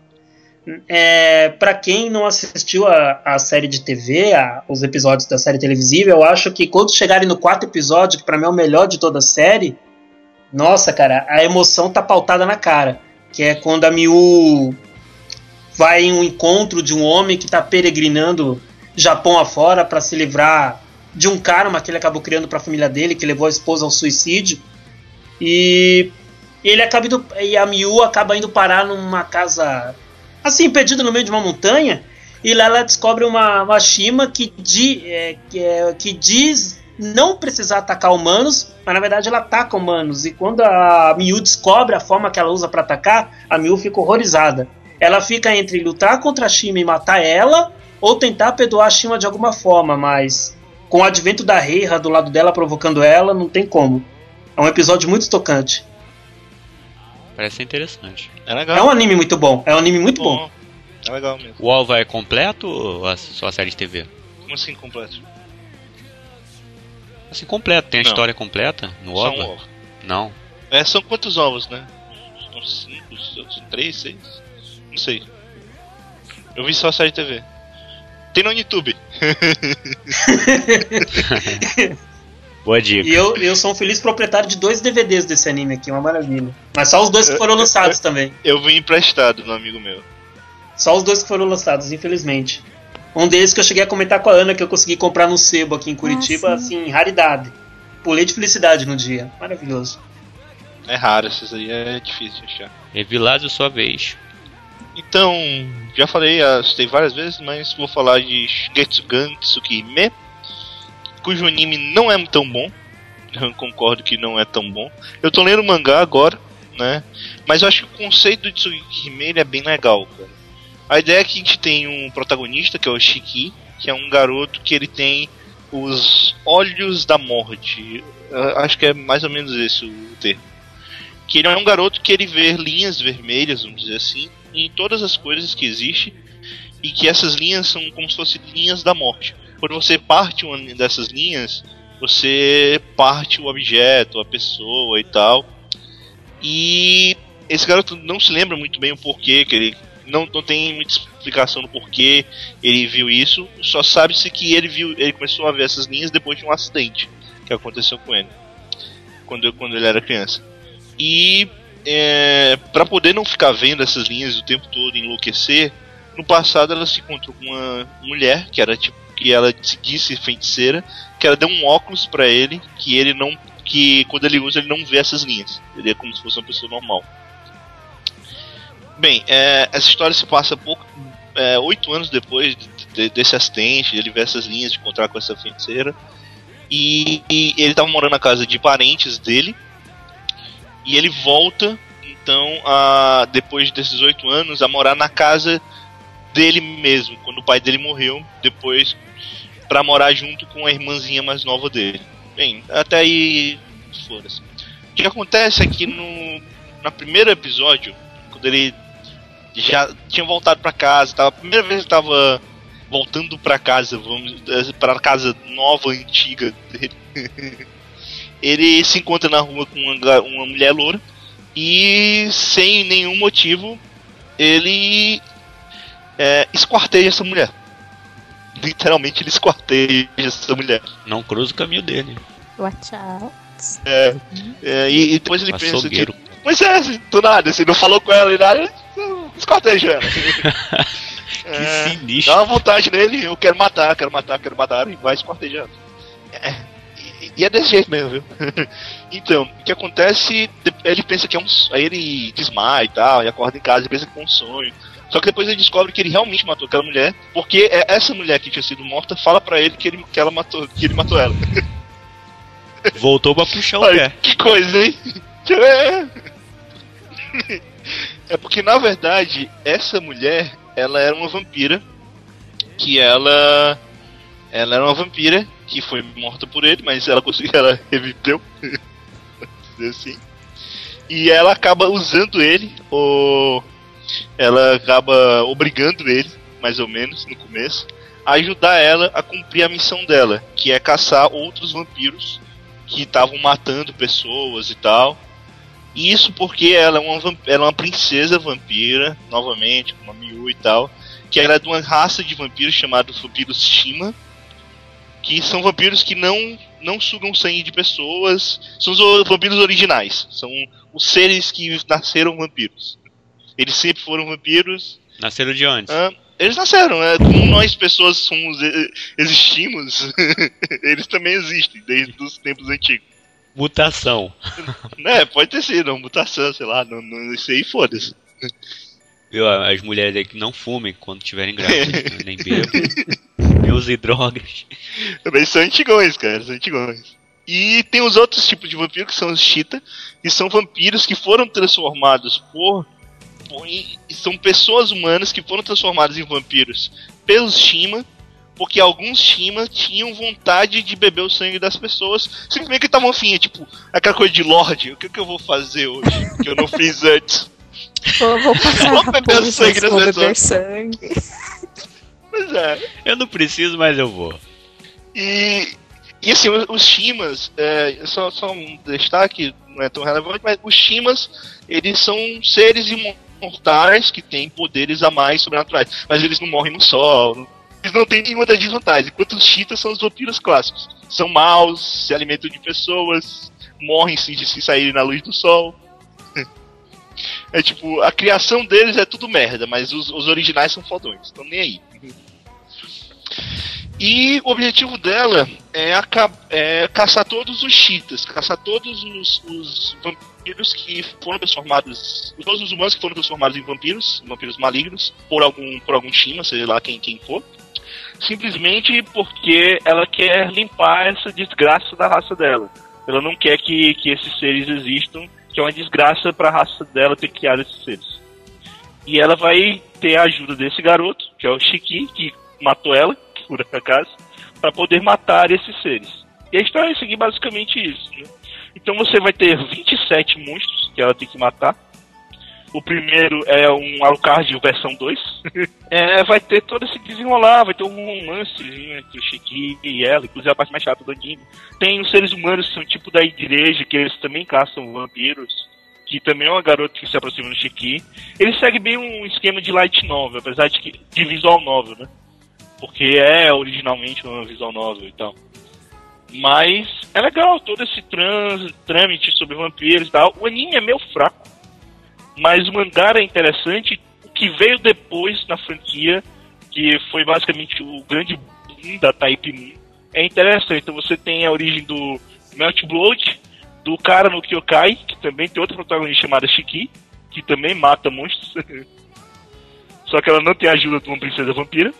É, para quem não assistiu a, a série de T V, a- os episódios da série televisiva, eu acho que quando chegarem no quarto episódio, que pra mim é o melhor de toda a série, nossa, cara, a emoção tá pautada na cara. Que é quando a Miu vai em um encontro de um homem que tá peregrinando Japão afora pra se livrar de um karma que ele acabou criando pra família dele, que levou a esposa ao suicídio. E ele acaba indo, e a Miu acaba indo parar numa casa assim, perdida no meio de uma montanha, e lá ela descobre uma, uma Shima que, di, é, que, é, que diz não precisar atacar humanos, mas na verdade ela ataca humanos. E quando a Miu descobre a forma que ela usa para atacar, a Miu fica horrorizada. Ela fica entre lutar contra a Shima e matar ela, ou tentar perdoar a Shima de alguma forma, mas com o advento da Reira do lado dela provocando ela, não tem como. É um episódio muito tocante. Parece ser interessante. É legal. É um anime muito bom, é um anime muito bom. É legal mesmo. O OVA é completo ou a- só a série de T V? Como assim completo? Assim, completo. Tem a Não. história completa no Só um OVA? ovo. Não. É, são quantos ovos, né? São cinco, são três, seis? Não sei. Eu vi só a série de T V. Tem no YouTube. Boa dica. E eu, eu sou um feliz proprietário de dois D V Ds desse anime aqui, uma maravilha. Mas só os dois que foram lançados também. Eu vi emprestado no amigo meu. Só os dois que foram lançados, infelizmente. Um deles que eu cheguei a comentar com a Ana, que eu consegui comprar no sebo aqui em Curitiba, Ah, assim, raridade. Pulei de felicidade no dia. Maravilhoso. É raro, esses aí é difícil de achar. Evilásio, sua vez. Então, já falei, ah, citei várias vezes, mas vou falar de Shigetsugan Tsukihime, cujo anime não é tão bom. Eu concordo que não é tão bom. Eu tô lendo o mangá agora, né? Mas eu acho que o conceito de Tsukihime ele é bem legal, cara. A ideia é que a gente tem um protagonista, que é o Shiki, que é um garoto que ele tem os olhos da morte. Eu acho que é mais ou menos esse o termo. Que ele é um garoto que ele vê linhas vermelhas, vamos dizer assim, em todas as coisas que existem, e que essas linhas são como se fossem linhas da morte. Quando você parte uma dessas linhas, você parte o objeto, a pessoa e tal. E esse garoto não se lembra muito bem o porquê, que ele não, não tem muita explicação do porquê ele viu isso. Só sabe-se que ele viu, ele começou a ver essas linhas depois de um acidente que aconteceu com ele quando, quando ele era criança. E é, para poder não ficar vendo essas linhas o tempo todo e enlouquecer, no passado ela se encontrou com uma mulher que era tipo que ela se disse feiticeira, que ela deu um óculos para ele que ele não, que quando ele usa ele não vê essas linhas, ele é como se fosse uma pessoa normal. Bem, é, essa história se passa pouco, é, oito anos depois de, de, desse acidente, de ele ver essas linhas, de encontrar com essa feiticeira, e, e ele estava morando na casa de parentes dele. E ele volta, então, a, depois desses oito anos, a morar na casa dele mesmo, quando o pai dele morreu, depois pra morar junto com a irmãzinha mais nova dele. Bem, até aí, foda-se. O que acontece é que no na primeiro episódio, quando ele já tinha voltado pra casa, tava, a primeira vez que ele tava voltando pra casa, vamos, pra casa nova, antiga dele, ele se encontra na rua com uma, uma mulher loura e, sem nenhum motivo, ele é, esquarteja essa mulher. literalmente ele esquarteja essa mulher. Não cruza o caminho dele. Watch out. É, é e, e depois ele Açougueiro. pensa que... Pois é, assim, do nada, assim, não falou com ela e nada, esquartejando. É, sinistro. dá uma vontade nele, eu quero matar, quero matar, quero matar, e vai esquartejando. É, e, e é desse jeito mesmo, viu? Então, o que acontece, ele pensa que é um... Aí ele desmaia e tal, e acorda em casa e pensa que é um sonho. Só que depois ele descobre que ele realmente matou aquela mulher, porque é essa mulher que tinha sido morta fala pra ele que ele, que ela matou, que ele matou ela. Voltou pra puxar o Ai, pé. que coisa, hein? É. É porque, na verdade, essa mulher, ela era uma vampira, que ela... Ela era uma vampira que foi morta por ele, mas ela conseguiu, ela reviveu, dizer assim. E ela acaba usando ele, ou ela acaba obrigando ele, mais ou menos, no começo, a ajudar ela a cumprir a missão dela, que é caçar outros vampiros que estavam matando pessoas e tal. E isso porque ela é uma, vamp- ela é uma princesa vampira, novamente, com uma Miu e tal, que ela é de uma raça de vampiros chamados vampiros Shima, que são vampiros que não, não sugam sangue de pessoas, são os vampiros originais, são os seres que nasceram vampiros. Eles sempre foram vampiros. Nasceram de onde? Ah, eles nasceram, né? Como nós pessoas somos, existimos, eles também existem desde os tempos antigos. Mutação. É, pode ter sido, uma mutação, sei lá, não, não sei, foda-se. Viu, as mulheres aí que não fumem quando tiverem grávidas, nem bebam, nem usem drogas. Também são antigões, cara, são antigões. E tem os outros tipos de vampiros, que são os Cheetah, que são vampiros que foram transformados por... por e são pessoas humanas que foram transformadas em vampiros pelos Shima, porque alguns Shima tinham vontade de beber o sangue das pessoas, simplesmente que estavam afim, tipo, aquela coisa de Lorde, o que, que eu vou fazer hoje, que eu não fiz antes? Vou, vou passar Vou beber raposa, sangue das vou beber pessoas. sangue. Pois é. Eu não preciso, mas eu vou. E, e assim, os, os Shimas, é, só, só um destaque, não é tão relevante, mas os Shimas, eles são seres imortais que têm poderes a mais sobrenaturais, mas eles não morrem no sol, não, eles não têm nenhuma das desvantagens, enquanto os Cheetahs são os vampiros clássicos. São maus, se alimentam de pessoas, morrem se, se saírem na luz do sol. É tipo, a criação deles é tudo merda, mas os, os originais são fodões, estão nem aí. E o objetivo dela é, aca- é caçar todos os Cheetahs, caçar todos os, os vampiros que foram transformados, todos os humanos que foram transformados em vampiros, vampiros malignos, por algum, por algum Shima, sei lá quem, quem for. Simplesmente porque ela quer limpar essa desgraça da raça dela. Ela não quer que, que esses seres existam, que é uma desgraça para a raça dela ter criado esses seres. E ela vai ter a ajuda desse garoto, que é o Shiki, que matou ela, por acaso, para poder matar esses seres. E a história é seguir basicamente isso, né? Então você vai ter vinte e sete monstros que ela tem que matar. O primeiro é um Alucard versão dois. É, vai ter todo esse desenrolar, vai ter um romancezinho entre o Shiki e ela, inclusive a parte mais chata do anime. Tem os seres humanos que são tipo da igreja, que eles também caçam vampiros, que também é uma garota que se aproxima do Shiki. Ele segue bem um esquema de light novel, apesar de, que, de visual novel, né? Porque é originalmente uma visual novel e tal. Mas é legal todo esse trans, trâmite sobre vampiros e tal. O anime é meio fraco, mas o mangá é interessante. O que veio depois na franquia, que foi basicamente o grande boom da Type Moon, é interessante. Então você tem a origem do Melt Blood, do cara no Kyokai, que também tem outra protagonista chamada Shiki, que também mata monstros. Só que ela não tem a ajuda de uma princesa vampira.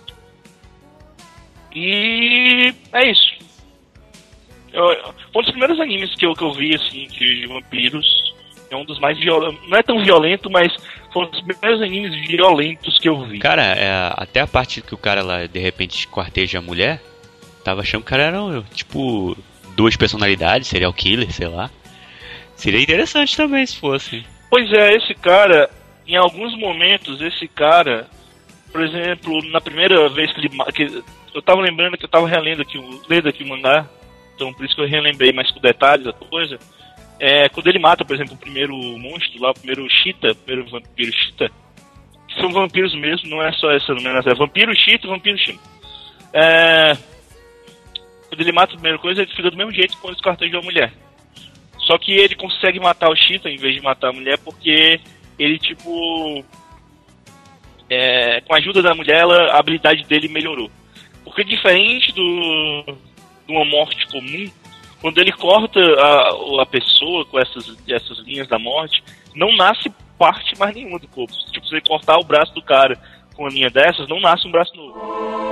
E é isso. Eu, foi um dos primeiros animes que eu, que eu vi, assim, de vampiros. É um dos mais violentos. Não é tão violento, mas foi um dos primeiros animes violentos que eu vi. Cara, é, até a parte que o cara lá, de repente, esquarteja a mulher, tava achando que o cara era, tipo, duas personalidades, serial killer, sei lá. Seria interessante também, se fosse. Pois é, esse cara, em alguns momentos, esse cara, por exemplo, na primeira vez que ele... Que eu tava lembrando que eu tava relendo aqui, lendo aqui o mangá, então por isso que eu relembrei mais com detalhes da coisa. É, quando ele mata, por exemplo, o primeiro monstro lá, o primeiro Cheetah, o primeiro vampiro Cheetah, que são vampiros mesmo, não é só essa nomeação, é vampiro Cheetah e vampiro Shima. É... Quando ele mata a primeira coisa, ele fica do mesmo jeito quando ele esquarteja uma mulher. Só que ele consegue matar o Cheetah em vez de matar a mulher porque ele, tipo... É... Com a ajuda da mulher, ela, a habilidade dele melhorou. Porque diferente do... de uma morte comum, quando ele corta a, a pessoa com essas, essas linhas da morte, não nasce parte mais nenhuma do corpo. Tipo, se ele cortar o braço do cara com uma linha dessas, não nasce um braço novo.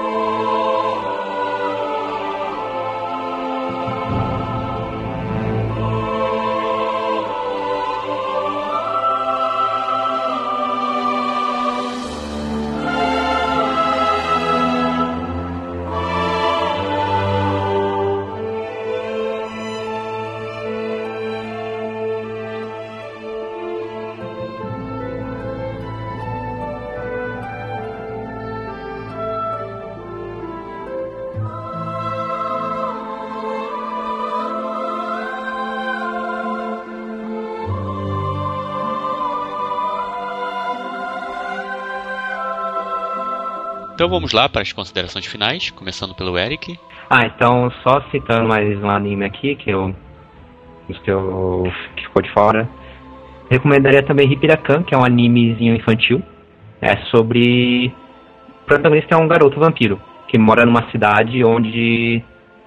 Então vamos lá para as considerações finais, começando pelo Eric. Ah, então só citando mais um anime aqui, que eu, que, eu, que ficou de fora. Recomendaria também Hipirakan, que é um animezinho infantil. É sobre... O protagonista é um garoto vampiro, que mora numa cidade onde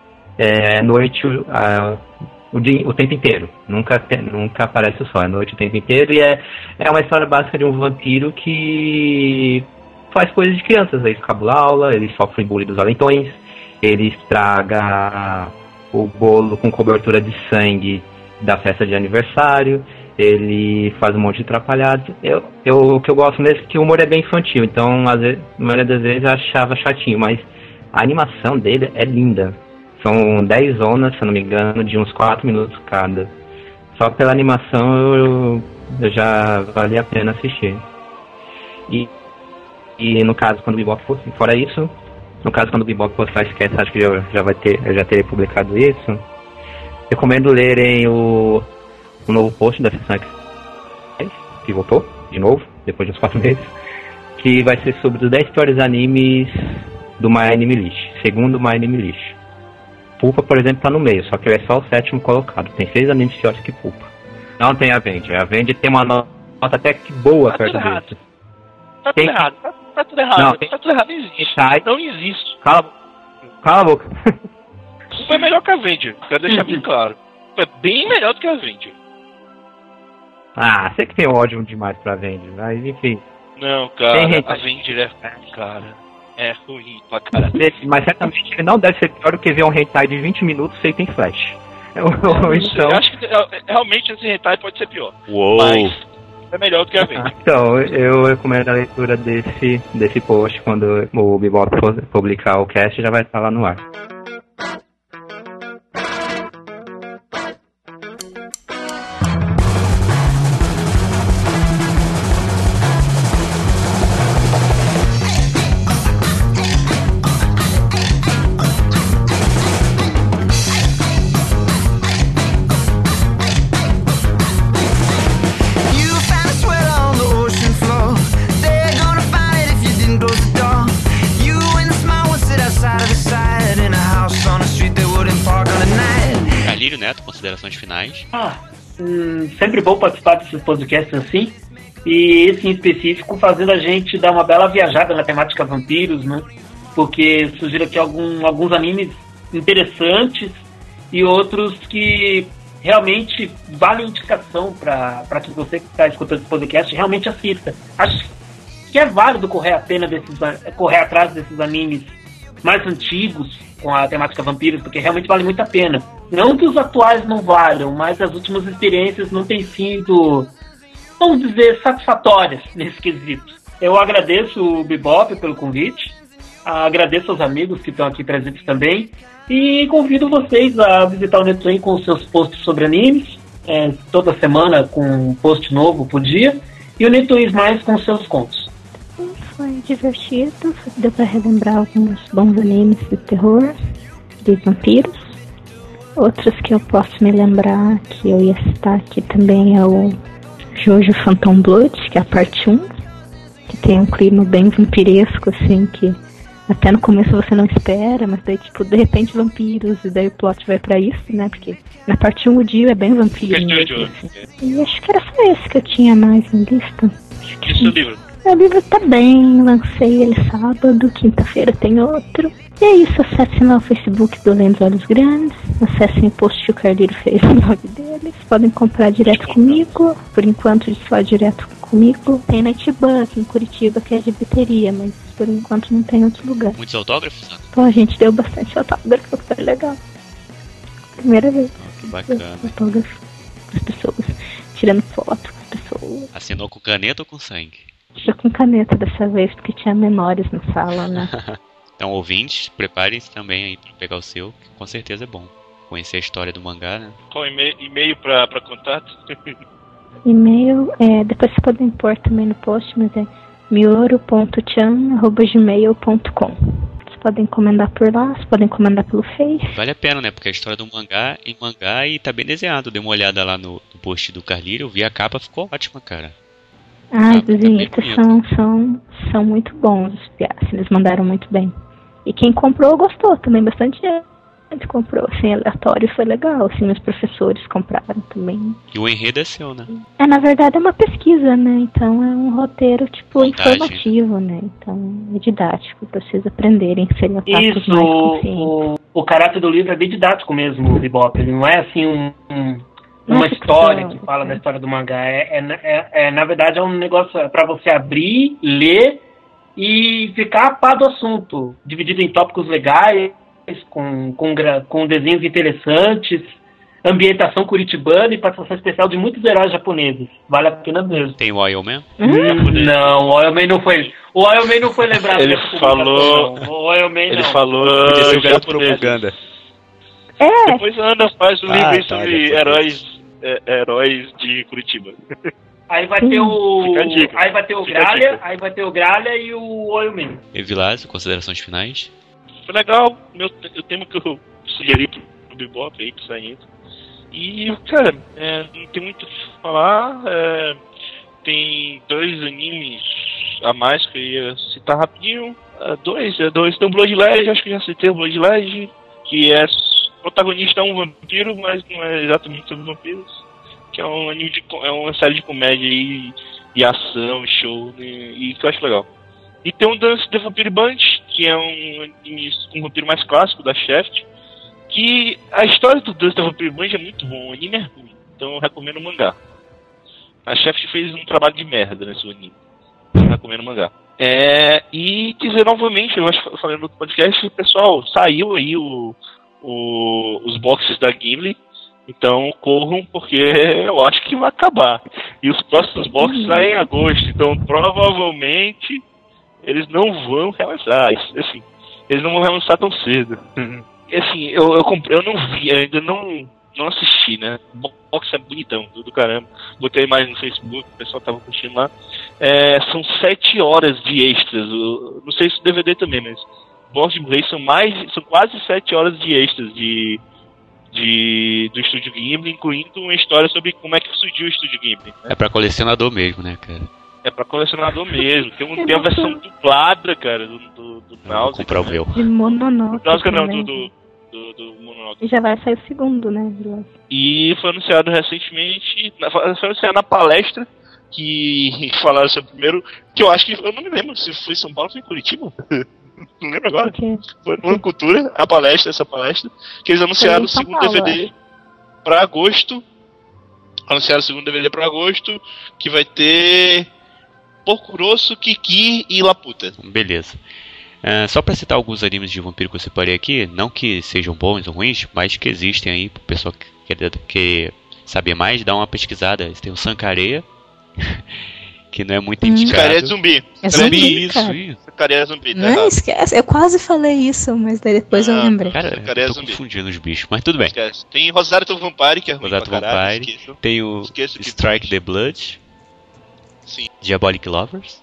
é noite uh, o, dia, o tempo inteiro. Nunca, te, nunca aparece o sol, é noite o tempo inteiro. E é, é uma história básica de um vampiro que... faz coisas de crianças, ele escabula aula, ele sofre bullying dos valentões, ele estraga o bolo com cobertura de sangue da festa de aniversário, ele faz um monte de atrapalhado. Eu, eu, o que eu gosto mesmo é que o humor é bem infantil, então às vezes, a maioria das vezes eu achava chatinho, mas a animação dele é linda. São dez zonas, se eu não me engano, de uns quatro minutos cada. Só pela animação eu, eu já valia a pena assistir. E E no caso, quando o Bebop for, fora isso, no caso, quando o Bebop postar esquece, acho que já, já vai ter, eu já terei publicado isso. Recomendo lerem o, o novo post da sessão que voltou, de novo, depois de uns quatro meses, que vai ser sobre os dez piores animes do My Anime List, segundo o My Anime List. Pulpa, por exemplo, tá no meio, só que ele é só o sétimo colocado, tem seis animes piores que Pulpa. Não tem a Avenger, a Avenger tem uma nota até que boa tá perto dele. Tá tudo tem... errado, tá, tá tudo errado, não, tem... tá tudo errado, não existe, Sai. não existe. Cala, Cala a boca. Foi melhor que a Avenger, quero deixar bem claro. Foi bem melhor do que a Avenger. Ah, sei que tem ódio demais pra Avenger, mas enfim. Não, cara, Tem a Avenger é, cara, é ruim pra caralho. Mas certamente ele não deve ser pior do que ver um hentai de vinte minutos feito em flash. Eu, É, então... eu acho que é, realmente esse hentai pode ser pior. Uou! Mas é melhor do que a Avenger. Então, eu recomendo a leitura desse, desse post quando o Bebop publicar o cast, já vai estar lá no ar. Neto, considerações finais. Ah, hum, sempre bom participar desses podcasts assim, e esse em específico fazendo a gente dar uma bela viajada na temática vampiros, né? Porque surgiram aqui algum, alguns animes interessantes e outros que realmente valem indicação para que você que está escutando esse podcast realmente assista. Acho que é válido correr a pena desses, correr atrás desses animes mais antigos com a temática vampiros, porque realmente vale muito a pena. Não que os atuais não valham, mas as últimas experiências não têm sido, vamos dizer, satisfatórias nesse quesito. Eu agradeço o Bebop pelo convite, agradeço aos amigos que estão aqui presentes também, e convido vocês a visitar o Netwin com os seus posts sobre animes, é, toda semana com um post novo por dia, e o Netwin mais com os seus contos. Foi divertido, deu pra relembrar alguns bons animes de terror, de vampiros. Outros que eu posso me lembrar, que eu ia citar aqui também, é o Jojo Phantom Blood, que é a parte um, que tem um clima bem vampiresco, assim, que Até no começo você não espera, mas daí, tipo, de repente vampiros, e daí o plot vai pra isso, né? Porque na parte um o Dio é bem vampiro. Assim. E acho que era só esse que eu tinha mais em lista. Acho que Isso é o livro. O livro tá bem, lancei ele sábado, quinta-feira tem outro. E é isso, acessem lá o Facebook do Além dos Olhos Grandes, acessem o post que o Carliro fez no blog deles, podem comprar direto comigo, por enquanto só direto comigo. Tem na Itiban, aqui em Curitiba, que é de bilheteria, mas por enquanto não tem outro lugar. Muitos autógrafos, Ana? Pô, a gente deu bastante autógrafo, foi legal. Primeira vez. Oh, que bacana. Autógrafo das pessoas, tirando foto com as pessoas. Assinou com caneta ou com sangue? Foi com caneta dessa vez, porque tinha menores na sala, né? Então, ouvintes, preparem-se também aí pra pegar o seu, que com certeza é bom. Conhecer a história do mangá, né? Qual e-mail, e-mail pra, pra contato? E-mail, é, depois vocês podem pôr também no post, mas é mioro ponto chan arroba gmail ponto com. Vocês podem encomendar por lá, vocês podem encomendar pelo Face. Vale a pena, né? Porque a história do mangá em mangá e tá bem desenhado. Dei uma olhada lá no, no post do Carlírio, eu vi a capa, ficou ótima, cara. Ah, Ah, os desenhistas tá bem são, são, são muito bons, os piás, eles mandaram muito bem. E quem comprou gostou também, bastante gente comprou, assim, aleatório, foi legal, assim, meus professores compraram também. E o enredo é seu, né? É, na verdade é uma pesquisa, né, então é um roteiro, tipo, Montagem. informativo, né, então é didático, pra vocês aprenderem, serem otakus Isso, mais conscientes. o, o caráter do livro é bem didático mesmo, o Bebop. Ele não é assim um, um- Não é uma ficção, história que fala é. da história do mangá. É, é, é- é, na verdade, é um negócio para você abrir, ler e ficar a par do assunto. Dividido em tópicos legais, com, com, gra- com desenhos interessantes, ambientação curitibana e participação especial de muitos heróis japoneses. Vale a pena mesmo. Tem o Oilman? Hum? Não, o Oilman não foi. O Oilman não foi lembrado. Ele dessa falou- publicação, não. O Oilman Ele não. falou Podia ser o garoto japonês. propaganda. É, Depois anda, faz um Ah, livro aí tá, sobre depois. heróis, é, heróis de Curitiba. Aí vai ter o. Fica a dica. Aí vai ter o Fica a Gralha, dica. aí vai ter o Gralha e o Oilman. Evilásio, considerações finais? Foi legal, meu, o tema que eu sugeri pro, pro Bebop aí, que saindo. E, cara, é, não tem muito o que falar. É, tem dois animes a mais que eu ia citar rapidinho. É, dois, é dois. Tem o Bloodline, acho que já citei o Bloodline, que é o protagonista é um vampiro, mas não é exatamente sobre vampiros. Que é um anime de, co- é uma série de comédia e, e ação, show, né, e que eu acho legal. E tem um Dance the Vampire Band, que é um anime com um vampiro mais clássico da Shaft, que a história do Dance the Vampire Band é muito bom, o anime é ruim, então eu recomendo o mangá. A Shaft fez um trabalho de merda nesse anime, eu recomendo o mangá. É, e dizer novamente, eu acho que eu falei no outro podcast, pessoal, saiu aí o, o, os boxes da Gimli. Então corram, porque eu acho que vai acabar. E os próximos boxes saem em agosto. Então provavelmente eles não vão relançar. Isso, assim, eles não vão relançar tão cedo. E, assim, eu, eu comprei, eu não vi, eu ainda não, não assisti, né? O box é bonitão, tudo caramba. Botei mais no Facebook, o pessoal tava curtindo lá. É, são sete horas de extras. Eu, não sei se o D V D também, mas box de Blu-ray são mais, são quase sete horas de extras de De, do Estúdio Ghibli, incluindo uma história sobre como é que surgiu o Estúdio Ghibli. Né? É pra colecionador mesmo, né, cara? É pra colecionador mesmo. Tem, um, tem a versão dublada, cara, do, do, do Vou Náusea. comprar o meu. de Mononoke Náusea não, também. do, do, do, do Mononoke. E já vai sair o segundo, né, Vilas? E foi anunciado recentemente, na- foi anunciado na palestra, que falaram sobre o primeiro, que eu acho que, eu não me lembro se foi em São Paulo ou foi em Curitiba. Não lembro agora. Porque Foi no Cultura, a palestra, essa palestra, que eles anunciaram o São segundo Paulo, D V D pra agosto. Anunciaram o segundo D V D pra agosto, que vai ter Porco Grosso, Kiki e Laputa. Beleza. Ah, só pra citar alguns animes de vampiro que eu separei aqui, não que sejam bons ou ruins, mas que existem aí, pro pessoal que quer, quer saber mais, dá uma pesquisada. Tem o Sankareya, que não é muito Hum. indicado. Cara, é zumbi. É Zumbi, zumbi, isso, cara. isso. Cara, é zumbi, tá Não errado. esquece. Eu quase falei isso, mas daí depois eu Ah, lembrei. Cara, Cara, é eu tô zumbi. confundindo os bichos, mas tudo bem. Esquece. Tem Rosário to Vampire, que é ruim Rosato pra caralho, Vampire, esqueçam. tem o Esqueço que Strike tem. the Blood, Sim. Diabolic Lovers,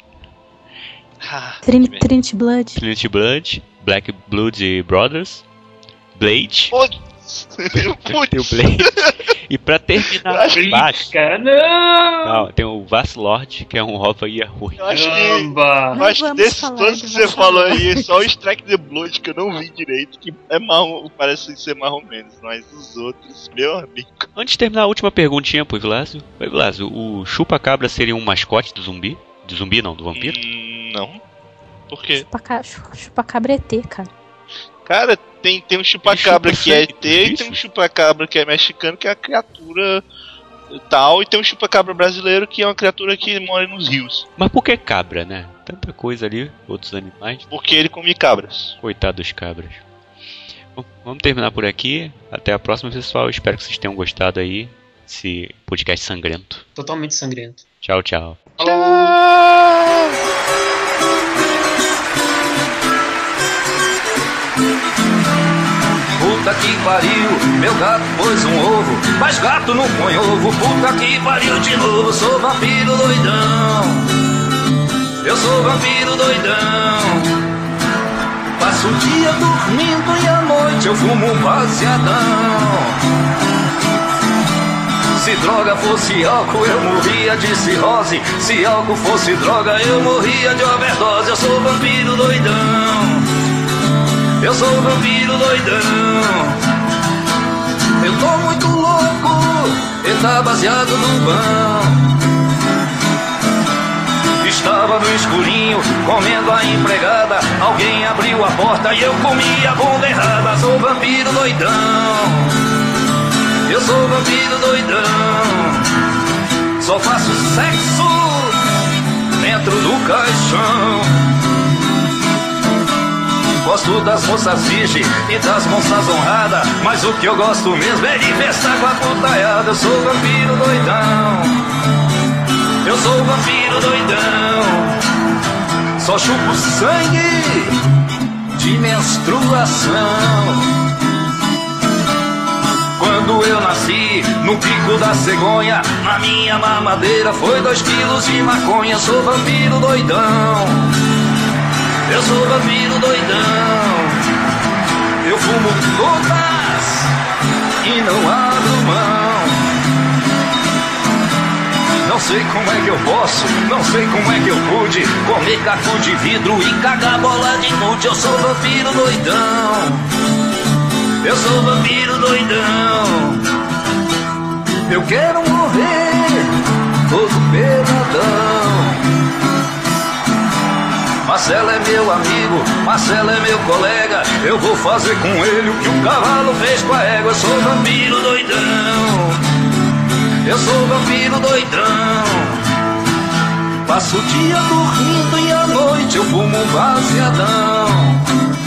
Ah, Trin que merda. Trinity Blood. Trinity Blood, Black Blood Brothers, Blade, Pô, Blades. Tem o Blades. E pra terminar embaixo, Cara, não! não, tem o Vasslord, que é um Hova Yahoo. Eu acho que, Caramba! eu acho que vamos desses falar todos de que você Vassalord. falou aí, só o Strike the Blood que eu não vi direito, que é marrom, parece ser marrom menos, mas os outros, meu amigo. Antes de terminar, a última perguntinha pro Vilásio. Oi, Vilásio, o chupa-cabra seria um mascote do zumbi? Do zumbi não, do vampiro? Hum, não. Por quê? Chupaca- chu- Chupacabra é E T, cara. Cara, tem, tem um chupacabra chupa que é E sangue T e dos tem um bichos? chupacabra que é mexicano, que é a criatura tal, e tem um chupacabra brasileiro que é uma criatura que mora nos rios. Mas por que cabra, né? Tanta coisa ali, outros animais. Porque ele come cabras. Coitado dos cabras. Bom, vamos terminar por aqui. Até a próxima, pessoal. Espero que vocês tenham gostado aí desse podcast sangrento. Totalmente sangrento. Tchau, tchau. Puta que pariu, meu gato pôs um ovo, mas gato não põe ovo. Puta que pariu de novo, sou vampiro doidão. Eu sou vampiro doidão. Passo o dia dormindo e à noite eu fumo um baseadão. Se droga fosse álcool eu morria de cirrose. Se álcool fosse droga eu morria de overdose. Eu sou vampiro doidão. Eu sou vampiro doidão. Eu tô muito louco, ele tá baseado no pão. Estava no escurinho, comendo a empregada. Alguém abriu a porta e eu comi a bunda errada. Sou vampiro doidão. Eu sou vampiro doidão. Só faço sexo dentro do caixão. Gosto das moças virgem e das moças honradas, mas o que eu gosto mesmo é de festar com a putaiada. Eu sou vampiro doidão. Eu sou vampiro doidão. Só chupo sangue de menstruação. Quando eu nasci, no pico da cegonha, na minha mamadeira foi dois quilos de maconha. Eu sou vampiro doidão. Eu sou vampiro doidão. Eu fumo todas e não abro mão. Não sei como é que eu posso, não sei como é que eu pude comer caco de vidro e cagar bola de nude. Eu sou vampiro doidão. Eu sou vampiro doidão. Eu quero morrer todo peladão. Marcelo é meu amigo, Marcelo é meu colega. Eu vou fazer com ele o que o cavalo fez com a égua. Eu sou vampiro doidão. Eu sou vampiro doidão. Passo o dia dormindo e à noite eu fumo um baseadão.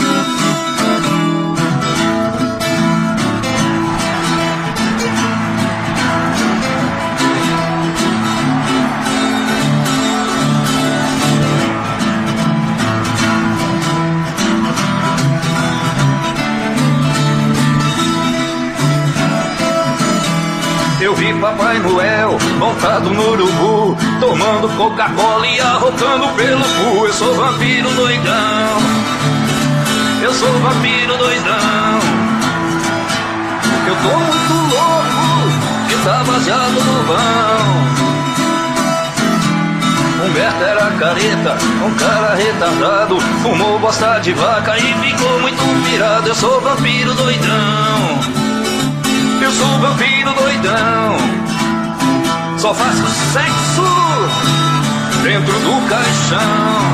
Eu vi Papai Noel montado no urubu, tomando Coca-Cola e arrotando pelo cu. Eu sou vampiro doidão. Eu sou vampiro doidão. Eu tô muito louco e tá baseado no vão. Humberto era careta, um cara retardado, fumou bosta de vaca e ficou muito pirado. Eu sou vampiro doidão. Eu sou vampiro doidão. Só faço sexo dentro do caixão.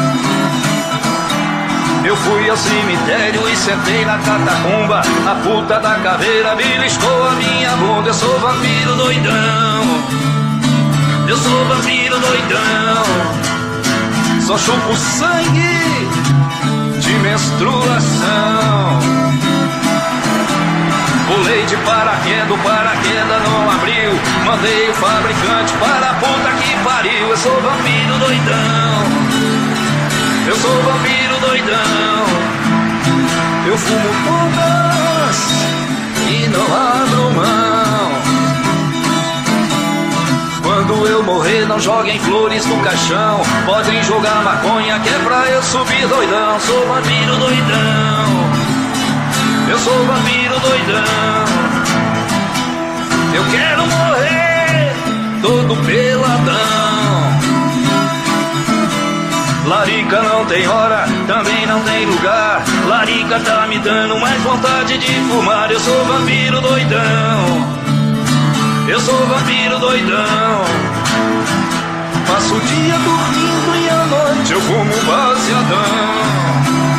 Eu fui ao cemitério e sentei na catacumba. A puta da caveira beliscou a minha bunda. Eu sou vampiro doidão. Eu sou vampiro doidão. Só chupo sangue de menstruação. Pulei de paraquedas, o paraquedas não abriu. Mandei o fabricante para a puta que pariu. Eu sou vampiro doidão. Eu sou vampiro doidão. Eu fumo todas e não abro mão. Quando eu morrer não joguem flores no caixão. Podem jogar maconha que é pra eu subir doidão. Sou vampiro doidão. Eu sou vampiro doidão. Eu quero morrer todo peladão. Larica não tem hora, também não tem lugar. Larica tá me dando mais vontade de fumar. Eu sou vampiro doidão. Eu sou vampiro doidão. Passo o dia dormindo e à noite eu fumo baseadão.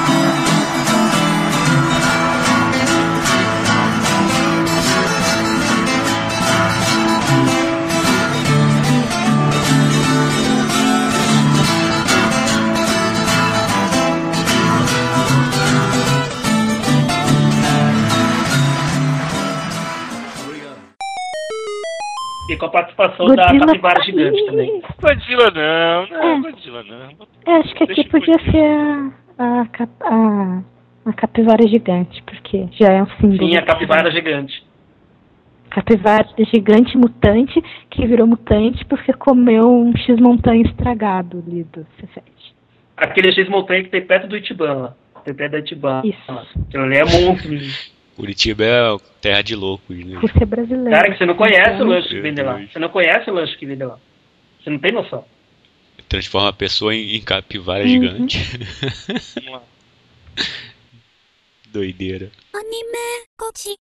E com a participação Godzilla da capivara tá gigante aí. também. Godzilla não, não, É. Godzilla não. Eu acho que aqui Deixa podia Godzilla. ser a, a, cap- a, a capivara gigante, porque já é um símbolo. Sim, a capivara gigante. Capivara gigante mutante que virou mutante porque comeu um X-montanha estragado ali do Cefete. Aquele X-Montanha que tem perto do Itiban lá. Tem perto da Itiban. Isso. Aquilo ali é monstro. Curitiba é terra de loucos, né? Por ser brasileiro. Cara, que você não conhece o Então, lanche que vende lá. Você não conhece o lanche que vende lá. Você não tem noção. Transforma a pessoa em, em capivara Uhum. gigante. Doideira.